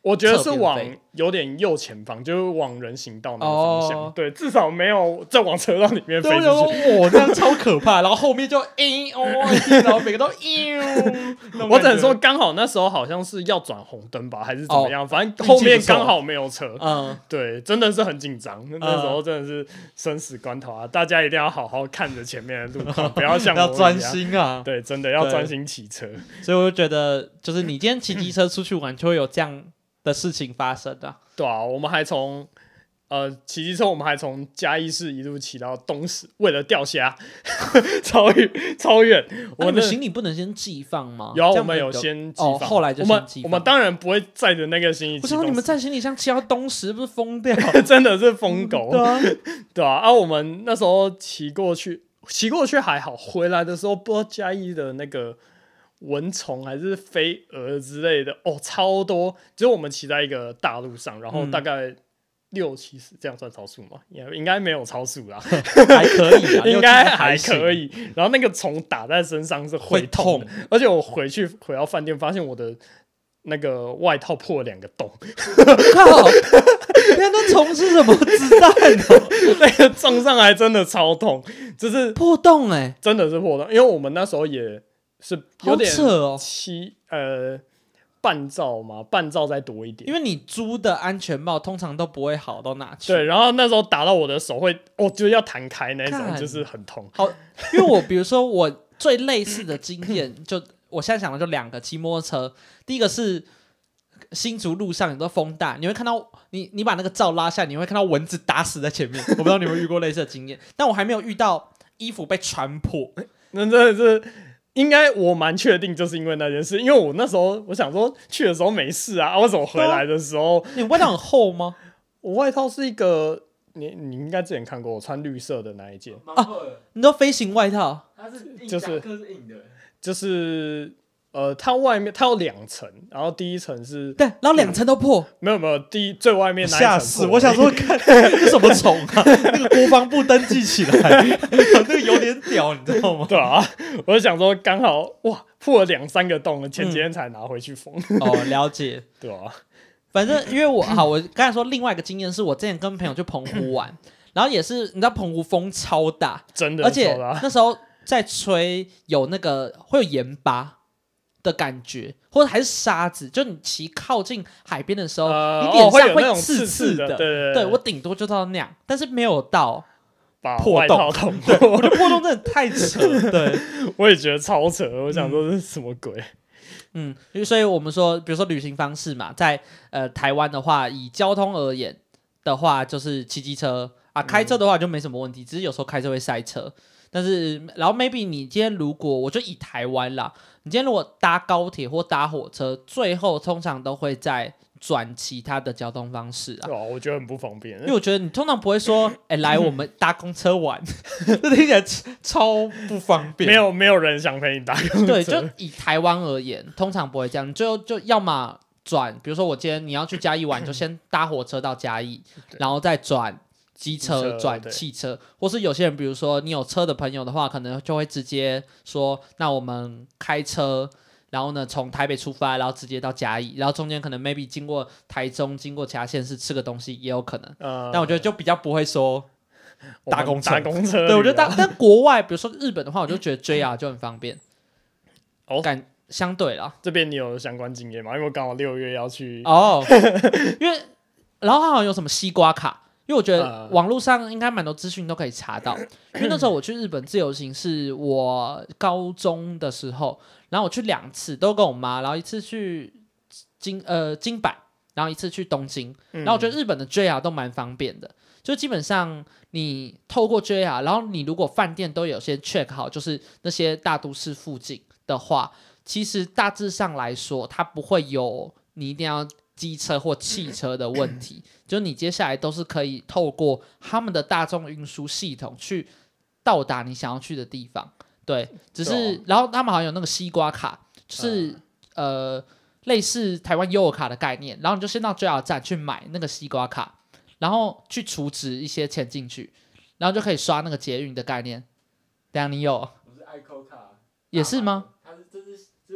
Speaker 2: 我觉得是往有点右前方，就是往人行道那个方向。对，至少没有再往车道里面飞出去。
Speaker 1: 哇，这样超可怕。然后后面就然后每个都
Speaker 2: 我只能说，刚好那时候好像是要转红灯吧，还是怎么样？反正后面刚好没有车。对，真的是很紧张。那时候真的是生死关头啊！大家一定要好好看着前面的路况，不要像我一样
Speaker 1: 要专心啊。
Speaker 2: 对，真的要专心骑车。
Speaker 1: 所以我就觉得，就是你今天骑机车出去玩，就会有这样的事情发生啊。
Speaker 2: 对啊，我们还从骑机车，我们还从嘉义市一路骑到东石，为了钓虾，超远。
Speaker 1: 你们行李不能先寄放吗？
Speaker 2: 有，我们有先寄放，
Speaker 1: 后来就先寄放。
Speaker 2: 我们当然不会载着那个行李。
Speaker 1: 我想说你们载行李箱骑到东石，不是疯掉？
Speaker 2: 真的是疯狗。对啊，我们那时候骑过去还好，回来的时候不知道嘉义的那个蚊虫还是飞蛾之类的超多。就是我们骑在一个大路上，然后大概60-70，这样算超速吗？应该没有超速啦，
Speaker 1: 还可以啊，
Speaker 2: 应该还可以。然后那个虫打在身上是会痛的，而且我回到饭店，发现我的那个外套破了2个洞。
Speaker 1: 靠！那虫是什么子弹哦？
Speaker 2: 那个撞上来真的超痛，就是
Speaker 1: 破洞
Speaker 2: 真的是破洞。因为我们那时候也是有点半罩嘛，半罩再多一点。
Speaker 1: 因为你租的安全帽通常都不会好到哪去。
Speaker 2: 对，然后那时候打到我的手会，就是要弹开那种，就是很痛。
Speaker 1: 好，因为比如说我最类似的经验，就我现在想的就2个，骑摩托车。第一个是新竹路上，有时候风大，你会看到你把那个罩拉下，你会看到蚊子打死在前面。我不知道你有没有遇过类似的经验，但我还没有遇到衣服被穿破。
Speaker 2: 那真的是。应该我蛮确定，就是因为那件事，因为我那时候我想说去的时候没事啊，为什么回来的时候？
Speaker 1: 你外套很厚吗？
Speaker 2: 我外套是一个，你应该之前看过，我穿绿色的那一件
Speaker 1: 啊，你说飞行外套，
Speaker 3: 它是硬，
Speaker 2: 就是
Speaker 3: 硬的，
Speaker 2: 就是它外面它有2层，然后第一层是
Speaker 1: 对，然后2层都破，
Speaker 2: 没有最外面那一层
Speaker 1: 吓死！我想说，看是什么虫啊？那个国防部登记起来，那个有点屌，你知道吗？
Speaker 2: 对啊，我就想说刚好哇破了2-3个洞了，前几天才拿回去缝。
Speaker 1: 了解，
Speaker 2: 对啊，
Speaker 1: 反正因为我刚才说另外一个经验是我之前跟朋友去澎湖玩，然后也是你知道澎湖风超大，
Speaker 2: 真的，
Speaker 1: 而且那时候在吹有那个会有盐巴的感觉，或者还是沙子，就你骑靠近海边的时候，你脸上会刺刺的。对，我顶多就到那样，但是没有到破洞。对，我觉得破洞真的太扯了。对，
Speaker 2: 我也觉得超扯。我想说这是什么鬼？
Speaker 1: 所以我们说，比如说旅行方式嘛，在台湾的话，以交通而言的话，就是骑机车啊，开车的话就没什么问题，只是有时候开车会塞车。但是，然后 maybe 你今天如果我就以台湾啦，你今天如果搭高铁或搭火车，最后通常都会再转其他的交通方式啊。
Speaker 2: 我觉得很不方便，
Speaker 1: 因为我觉得你通常不会说，来我们搭公车玩，这听起来超不方便。
Speaker 2: 没有人想陪你搭公车。
Speaker 1: 对，就以台湾而言，通常不会这样，就要么转，比如说我今天你要去嘉义玩，就先搭火车到嘉义，然后再转机车转汽车，或是有些人比如说你有车的朋友的话，可能就会直接说那我们开车，然后呢从台北出发，然后直接到嘉义，然后中间可能 maybe 经过台中，经过其他县市吃个东西也有可能。但我觉得就比较不会说搭公车。对，我觉得但国外比如说日本的话，我就觉得 JR 就很方便。相对啦，
Speaker 2: 这边你有相关经验吗？因为我刚好6月要去
Speaker 1: 因为然后它好像有什么西瓜卡。因为我觉得网络上应该蛮多资讯都可以查到，因为那时候我去日本自由行是我高中的时候，然后我去2次都跟我妈，然后一次去京阪，然后一次去东京，然后我觉得日本的 JR 都蛮方便的，就基本上你透过 JR， 然后你如果饭店都有先 check 好，就是那些大都市附近的话，其实大致上来说它不会有你一定要机车或汽车的问题，就你接下来都是可以透过他们的大众运输系统去到达你想要去的地方。对，只是然后他们好像有那个西瓜卡，就是类似台湾悠游卡的概念，然后你就先到 JR 站去买那个西瓜卡，然后去储值一些钱进去，然后就可以刷那个捷运的概念。等一下你有？
Speaker 3: 我是 ICO 卡，
Speaker 1: 也是吗？
Speaker 3: 这是西日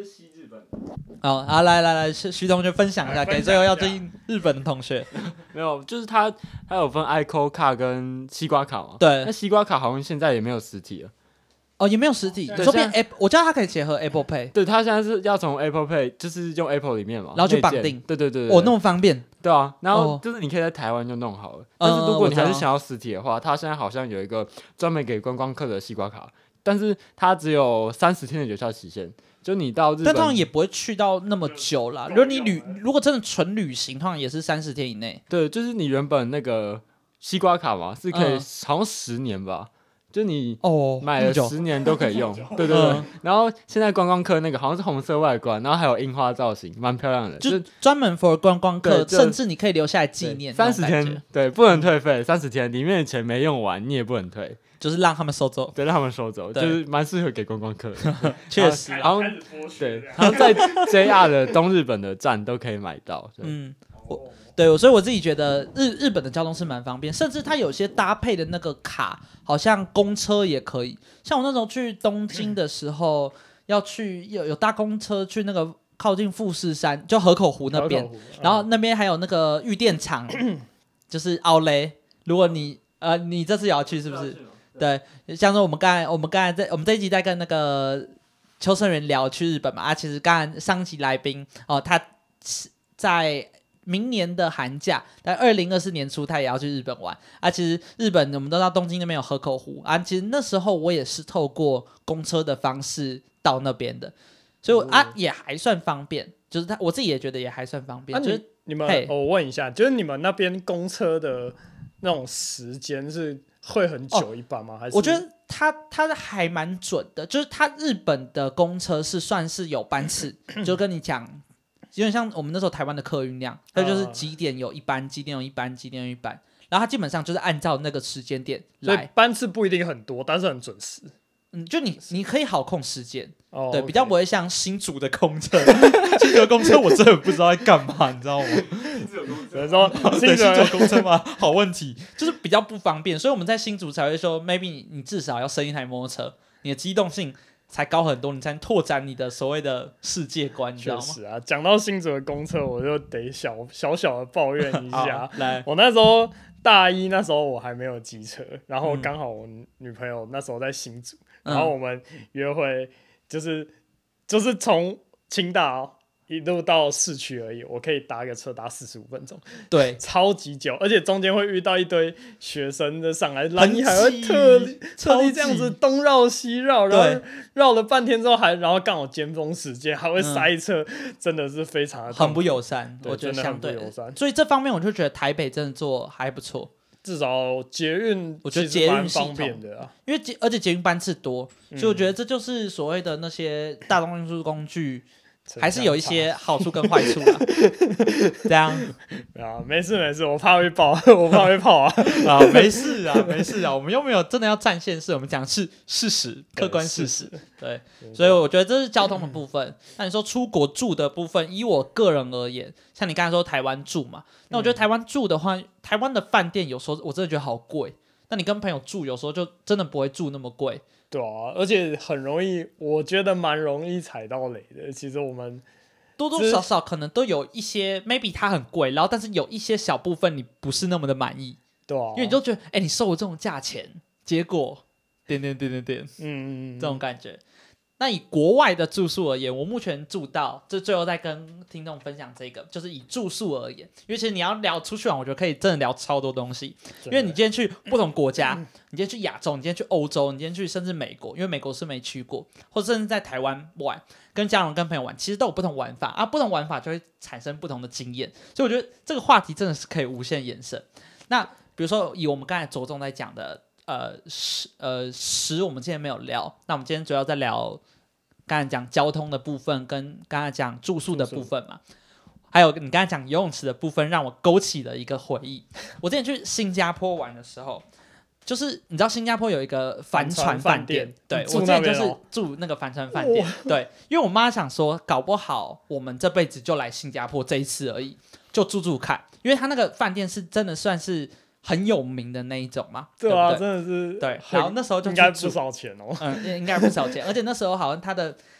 Speaker 1: 好，来，徐同学分享一下，给最后要进日本的同学。
Speaker 3: 没有，就是它有分 ICO 卡跟西瓜卡嘛。
Speaker 1: 对，
Speaker 3: 那西瓜卡好像现在也没有实体了。
Speaker 1: 哦，也没有实体。你说变 App， 我知道它可以结合 Apple Pay。
Speaker 3: 对，它现在是要从 Apple Pay， 就是用 Apple 里面嘛，
Speaker 1: 然后去绑定。
Speaker 3: 对，
Speaker 1: 哦，那么方便。
Speaker 3: 对啊，然后就是你可以在台湾就弄好了。但是如果你还是想要实体的话，它现在好像有一个专门给观光客的西瓜卡，但是它只有30天的有效期限。就你到日本，
Speaker 1: 但通常也不会去到那么久啦。如果真的纯旅行，通常也是30天以内。
Speaker 3: 对，就是你原本那个西瓜卡嘛，是可以好像10年吧，就你买了10年都可以用。对。然后现在观光客那个好像是红色外观，然后还有樱花造型，蛮漂亮的，
Speaker 1: 就专门 for 观光客，甚至你可以留下来纪念。
Speaker 3: 30天，对，不能退费，30天里面的钱没用完，你也不能退。
Speaker 1: 就是让他们收走，
Speaker 3: 对，让他们收走，就是蛮适合给观光客的。
Speaker 1: 确实，
Speaker 3: 然后对，然后在 JR 的东日本的站都可以买到。
Speaker 1: 对，所以我自己觉得日本的交通是蛮方便，甚至它有些搭配的那个卡，好像公车也可以。像我那时候去东京的时候，要去有搭公车去那个靠近富士山，就河口湖那边，然后那边还有那个御电场，就是奥莱。如果你这次也要去是不是？对，像说我们刚才我们这一集在跟那个邱胜元聊去日本嘛，其实刚才上集来宾他在明年的寒假，在2024年初他也要去日本玩其实日本我们都知道东京那边有河口湖其实那时候我也是透过公车的方式到那边的，所以也还算方便，就是我自己也觉得也还算方便。就是
Speaker 2: 你们我问一下，就是你们那边公车的那种时间是会很久一班吗？还是
Speaker 1: 我觉得它还蛮准的，就是它日本的公车是算是有班次，就跟你讲，有点像我们那时候台湾的客运那样，它就是几点有一班，几点有一班，几点有一班，然后它基本上就是按照那个时间点来，
Speaker 2: 所以班次不一定很多，但是很准时。
Speaker 1: 就你可以好控时间，对，
Speaker 2: okay
Speaker 1: 比较不会像新竹的公车，新竹的公车我真的不知道在干嘛，你知道吗？
Speaker 2: 有时候
Speaker 1: 新竹有公车吗？好问题，就是比较不方便，所以我们在新竹才会说 ，maybe 你至少要升一台摩托车，你的机动性才高很多，你才能拓展你的所谓的世界观，你知道吗？
Speaker 2: 确实啊，讲到新竹的公车，我就得小的抱怨一下。
Speaker 1: 来，
Speaker 2: 我那时候大一那时候我还没有机车，然后刚好我女朋友那时候在新竹，然后我们约会就是从清大一路到市区而已，我可以搭个车搭45分钟，对，超级久，而且中间会遇到一堆学生的上来，然后你还会特地这样子东绕西绕，然后绕了半天之后然后刚好尖峰时间还会塞车，真的是非常的
Speaker 1: 很不友善，我觉得相对所以这方面我就觉得台北真的做还不错。
Speaker 2: 至少捷运，
Speaker 1: 我觉得捷运
Speaker 2: 方便的啊，
Speaker 1: 因为而且捷运班次多，所以我觉得这就是所谓的那些大众运输工具，还是有一些好处跟坏处啦。这样
Speaker 2: 啊，没事，我怕会爆，啊。
Speaker 1: 没事啊，我们又没有真的要占现实，我们讲是事实，客观事实。对，所以我觉得这是交通的部分。那你说出国住的部分，以我个人而言，像你刚才说台湾住嘛，那我觉得台湾住的话，台湾的饭店有时候我真的觉得好贵。那你跟朋友住，有时候就真的不会住那么贵。
Speaker 2: 对啊，而且很容易，我觉得蛮容易踩到雷的。其实我们
Speaker 1: 多多少少可能都有一些 maybe 它很贵，然后但是有一些小部分你不是那么的满意，
Speaker 2: 对啊，
Speaker 1: 因为你就觉得你收我这种价钱，结果点，这种感觉。那以国外的住宿而言，我目前住到，这最后再跟听众分享这个，就是以住宿而言，因为其实你要聊出去玩，我觉得可以真的聊超多东西。因为你今天去不同国家，你今天去亚洲，你今天去欧洲，你今天去甚至美国，因为美国是没去过，或者甚至在台湾玩，跟家人跟朋友玩，其实都有不同玩法不同玩法就会产生不同的经验，所以我觉得这个话题真的是可以无限延伸。那比如说以我们刚才着重在讲的食我们今天没有聊，那我们今天主要在聊刚才讲交通的部分跟刚才讲住宿的部分嘛，还有你刚才讲游泳池的部分，让我勾起了一个回忆。我之前去新加坡玩的时候，就是你知道新加坡有一个帆船饭店，对，我之前就是住那个帆船饭店，对，因为我妈想说搞不好我们这辈子就来新加坡这一次而已，就住看，因为他那个饭店是真的算是很有名的那一种嘛，
Speaker 2: 对啊，
Speaker 1: 对不对？
Speaker 2: 真的是
Speaker 1: 对，然后那时候就
Speaker 2: 应该不少钱哦，
Speaker 1: 应该不少钱，而且那时候好像他的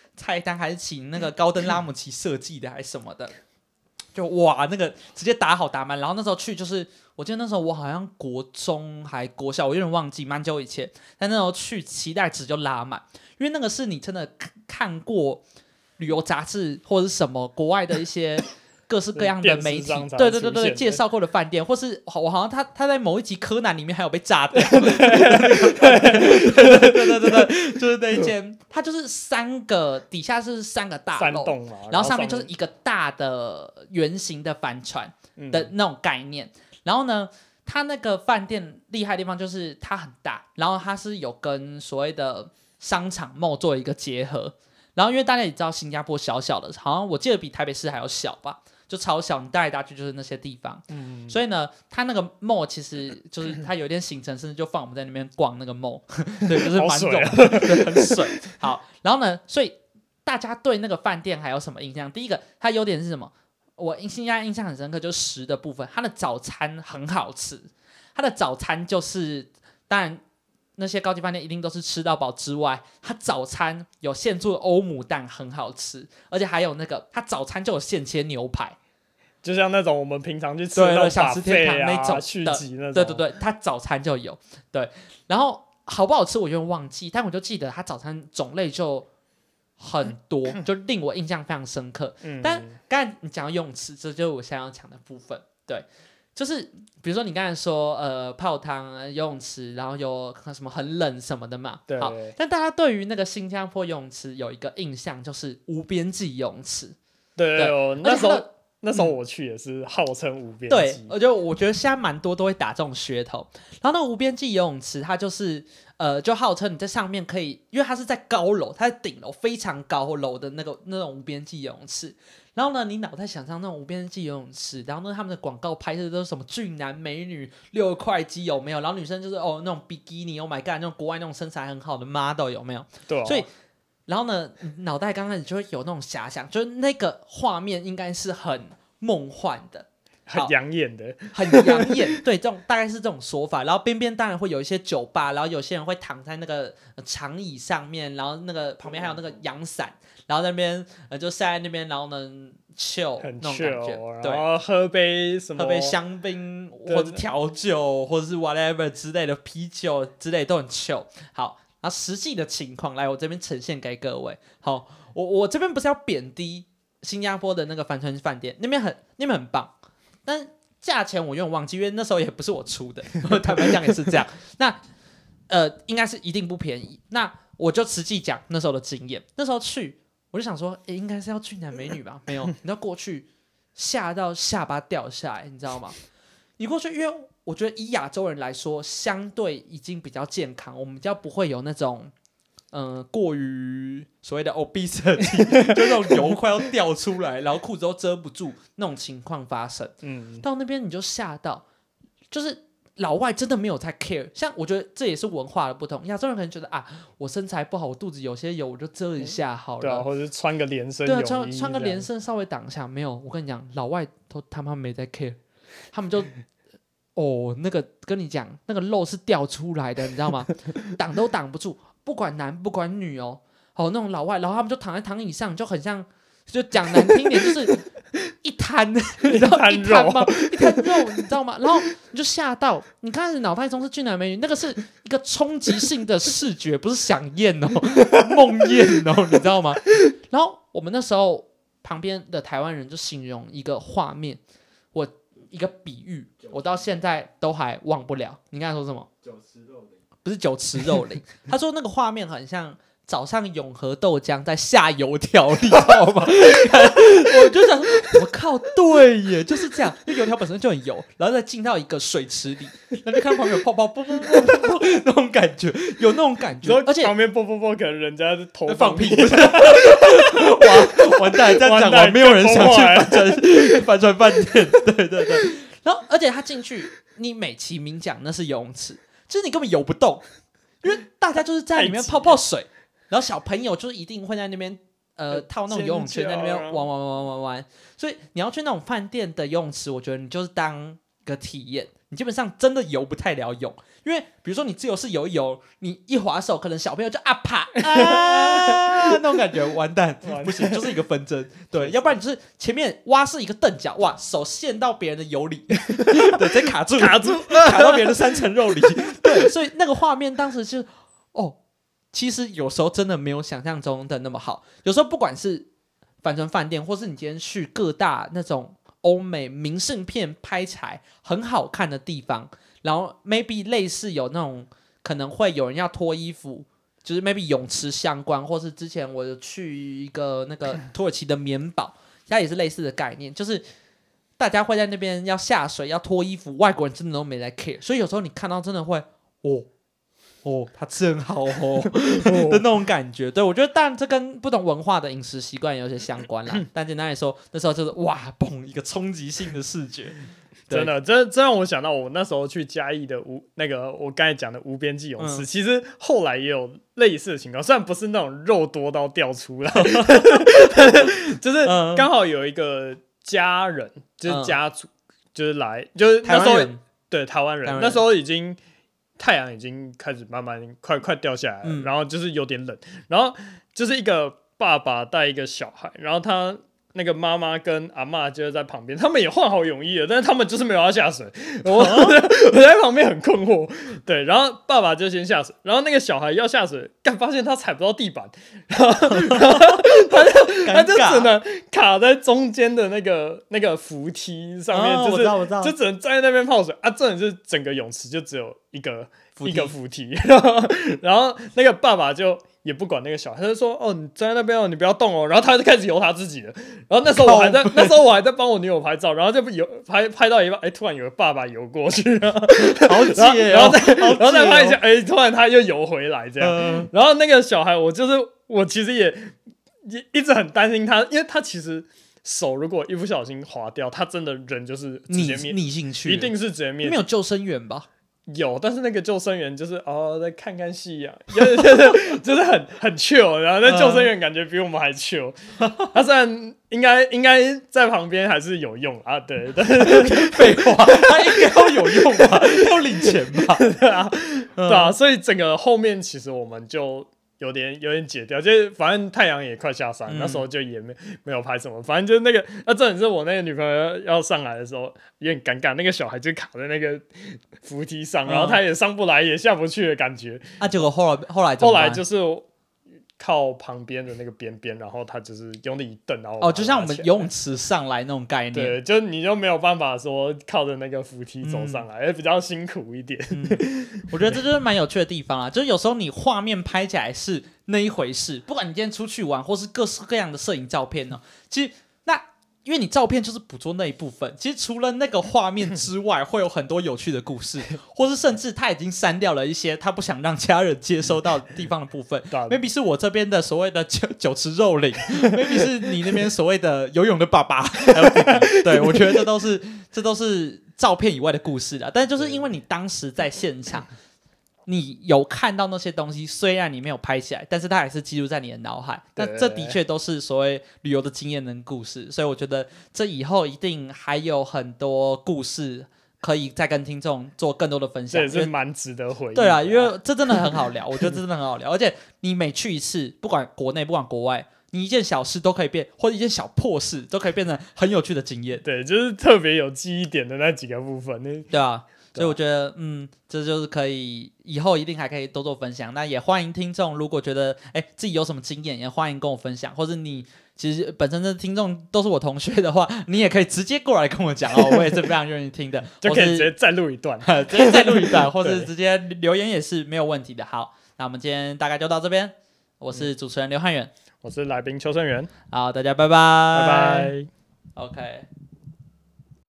Speaker 1: 菜单还是请那个高登拉姆齐设计的还是什么的，就哇那个直接打好打满。然后那时候去就是我记得那时候我好像国中还国小，我有点忘记，蛮久以前，但那时候去期待值就拉满，因为那个是你真的看过旅游杂志或者是什么国外的一些各式各样的媒体，对，介绍过的饭店，或是我好像他在某一集柯南里面还有被炸掉，对，就是那一间，它就是底下是3个大楼，然后上面就是一个大的圆形的帆船的那种概念，然后呢，它那个饭店厉害的地方就是它很大，然后它是有跟所谓的商场 mall 做一个结合，然后因为大家也知道新加坡小小的，好像我记得比台北市还要小吧。就超小，你带来带去就是那些地方，所以呢，它那个 mall 其实就是它有点行程，甚至就放我们在那边逛那个 mall， 对，就是蛮懂，对，很水。好，然后呢，所以大家对那个饭店还有什么印象？第一个，它优点是什么？我现在印象很深刻，就是食的部分，它的早餐很好吃，它的早餐就是当然。那些高级饭店一定都是吃到饱之外，它早餐有现做的欧姆蛋很好吃，而且还有那个它早餐就有现切牛排，
Speaker 2: 就像那种我们平常去吃那种
Speaker 1: 想吃天堂那种
Speaker 2: 续集那
Speaker 1: 种，对，它早餐就有，对，然后好不好吃我有点忘记，但我就记得它早餐种类就很多，就令我印象非常深刻。但刚才你讲到游泳池，这就是我想要讲的部分，对。就是比如说你刚才说泡汤游泳池，然后有什么很冷什么的嘛，
Speaker 2: 对。
Speaker 1: 好，但大家对于那个新加坡游泳池有一个印象，就是无边际游泳池。
Speaker 2: 对，那时候我去也是号称无边际。
Speaker 1: 对，我觉得现在蛮多都会打这种噱头。然后那个无边际游泳池，它就是就号称你在上面可以，因为它是在高楼，它在顶楼非常高楼的那种无边际游泳池。然后呢，你脑袋想象那种无边际游泳池，然后呢，他们的广告拍摄都是什么俊男美女6块肌有没有？然后女生就是那种比基尼 ，Oh my god， 那种国外那种身材很好的 model 有没有？
Speaker 2: 对、
Speaker 1: 所以，然后呢，脑袋刚开始就会有那种遐想，就是那个画面应该是很梦幻的。
Speaker 2: 很养眼的，
Speaker 1: 很养眼，对，这种大概是这种说法。然后边边当然会有一些酒吧，然后有些人会躺在那个长椅上面，然后那个旁边还有那个阳伞，然后那边就晒在那边，然后呢 chill 那种感觉，对，
Speaker 2: 然后喝杯
Speaker 1: 香槟或者调酒或者是 whatever 之类的啤酒之类都很 chill。好，然后实际的情况来我这边呈现给各位。好，我这边不是要贬低新加坡的那个帆船饭店，那边很棒。但价钱我有点忘记，因为那时候也不是我出的，坦白讲也是这样。那应该是一定不便宜。那我就实际讲那时候的经验。那时候去，我就想说，应该是要俊男美女吧？没有，你要过去吓到下巴掉下来，你知道吗？你过去，因为我觉得以亚洲人来说，相对已经比较健康，我们比较不会有那种。过于所谓的 obesity， 就那种油快要掉出来，然后裤子都遮不住那种情况发生。到那边你就吓到，就是老外真的没有在 care。像我觉得这也是文化的不同，亚洲人可能觉得啊，我身材不好，我肚子有些油，我就遮一下好了，
Speaker 2: 对啊，或者是穿个连身泳衣，
Speaker 1: 对啊，穿个连身稍微挡一下。没有，我跟你讲，老外都他妈没在 care， 他们就。那个跟你讲，那个肉是掉出来的，你知道吗？挡都挡不住，不管男不管女哦，那种老外，然后他们就躺在躺椅上，就很像，就讲难听点，就是一滩，你知道一滩吗？一滩肉，你知道吗？然后你就吓到，你开始脑袋中是俊男美女，那个是一个冲击性的视觉，不是想宴哦，梦魇哦，你知道吗？然后我们那时候旁边的台湾人就形容一个画面，一个比喻，我到现在都还忘不了。你刚才说什么？
Speaker 3: 酒池肉林，
Speaker 1: 不是酒池肉林。他说那个画面很像早上永和豆浆在下油条，你知道吗？我就想说，我靠，对耶，就是这样。因为油条本身就很油，然后再进到一个水池里，然后就看旁边有泡泡，啵啵啵啵啵，那种感觉，有那种感觉。而且
Speaker 2: 旁边啵啵啵，可能人家头
Speaker 1: 放屁，完蛋，这样讲完，没有人想去帆船饭店。对。然后，而且他进去，你美其名讲那是游泳池，就是你根本游不动，因为大家就是在里面泡泡水。然后小朋友就是一定会在那边套那种游泳圈，在那边玩，所以你要去那种饭店的游泳池，我觉得你就是当个体验，你基本上真的游不太了泳，因为比如说你自由式游一游，你一滑手，可能小朋友就啪那种感觉完蛋，不行，就是一个纷争。对，要不然你就是前面蛙是一个蹬脚，哇，手陷到别人的油里，对，直接卡住卡到别人的3层肉里。对，所以那个画面当时就其实有时候真的没有想象中的那么好。有时候不管是帆船饭店，或是你今天去各大那种欧美明信片拍起来很好看的地方，然后 maybe 类似有那种可能会有人要脱衣服，就是 maybe 泳池相关，或是之前我有去一个那个土耳其的棉堡，它也是类似的概念，就是大家会在那边要下水要脱衣服，外国人真的都没在 care， 所以有时候你看到真的会他真好的那种感觉。对，我觉得当然这跟不同文化的饮食习惯有些相关啦，但简单来说那时候就是哇嘣一个冲击性的视觉。
Speaker 2: 真的，这让我想到我那时候去嘉义的那个我刚才讲的无边际泳池，其实后来也有类似的情况，虽然不是那种肉多到掉出来，就是刚好有一个家人，就是家族，就是来，就是那时候对台湾人，那时候太阳已经开始慢慢快掉下来了，然后就是有点冷，然后就是一个爸爸带一个小孩，然后他那个妈妈跟阿嬷就在旁边，他们也换好泳衣了，但是他们就是没有要下水。我在旁边很困惑，对，然后爸爸就先下水，然后那个小孩要下水，发现他踩不到地板，然后他就只能卡在中间的那个扶梯上面，
Speaker 1: 我知道，
Speaker 2: 就只能站在那边泡水啊。真的是整个泳池就只有一个扶梯，然后那个爸爸就也不管那个小孩，他就说：“你站在那边你不要动哦。”然后他就开始游他自己了。然后那时候我还在帮我女友拍照，然后就拍到一半，突然有个爸爸游过去，
Speaker 1: 好解
Speaker 2: 然后再拍一下，突然他又游回来这样。然后那个小孩，我其实也一直很担心他，因为他其实手如果一不小心滑掉，他真的人就是直接
Speaker 1: 逆进去，
Speaker 2: 一定是直接灭。
Speaker 1: 没有救生员吧？
Speaker 2: 有，但是那个救生员就是在看看戏啊，就是很 chill， 然后那救生员感觉比我们还 chill， 他虽然应该在旁边还是有用啊，对，
Speaker 1: 废话，他应该要有用吧，要领钱吧，
Speaker 2: 对啊，所以整个后面其实我们就有点解掉，就是反正太阳也快下山，那时候就也没有拍什么，反正就是那个重点是我那个女朋友要上来的时候有点尴尬，那个小孩就卡在那个扶梯上，然后他也上不来也下不去的感觉。
Speaker 1: 结果后
Speaker 2: 来就是靠旁边的那个边边，然后他就是用力一蹬，然后
Speaker 1: 就像我们游泳池上来那种概念，
Speaker 2: 对，就你就没有办法说靠着那个扶梯走上来，也比较辛苦一点。
Speaker 1: 我觉得这就是蛮有趣的地方啦，就是有时候你画面拍起来是那一回事，不管你今天出去玩或是各式各样的摄影照片呢，其实因为你照片就是捕捉那一部分，其实除了那个画面之外，会有很多有趣的故事，或是甚至他已经删掉了一些他不想让家人接收到地方的部分。maybe 是我这边的所谓的酒池肉林，maybe 是你那边所谓的游泳的爸爸，还有弟弟。对，我觉得这都是照片以外的故事啦。但是就是因为你当时在现场。你有看到那些东西，虽然你没有拍起来，但是它还是记录在你的脑海。那这的确都是所谓旅游的经验跟故事，所以我觉得这以后一定还有很多故事可以再跟听众做更多的分享，
Speaker 2: 这也是蛮值得回忆的。
Speaker 1: 对啊，因为这真的很好聊，我觉得这真的很好聊，而且你每去一次，不管国内不管国外，你一件小事都可以变，或者一件小破事都可以变成很有趣的经验。
Speaker 2: 对，就是特别有记忆点的那几个部分。
Speaker 1: 对啊。所以我觉得，这就是可以以后一定还可以多做分享。那也欢迎听众，如果觉得自己有什么经验，也欢迎跟我分享。或者你其实本身的听众都是我同学的话，你也可以直接过来跟我讲哦，我也是非常愿意听的。
Speaker 2: 就可以直接再录一段，
Speaker 1: 直接再录一段，或者直接留言也是没有问题的。好，那我们今天大概就到这边。我是主持人刘汉远，
Speaker 2: 我是来宾邱胜元。
Speaker 1: 好，大家拜拜，
Speaker 2: 拜拜。
Speaker 1: OK。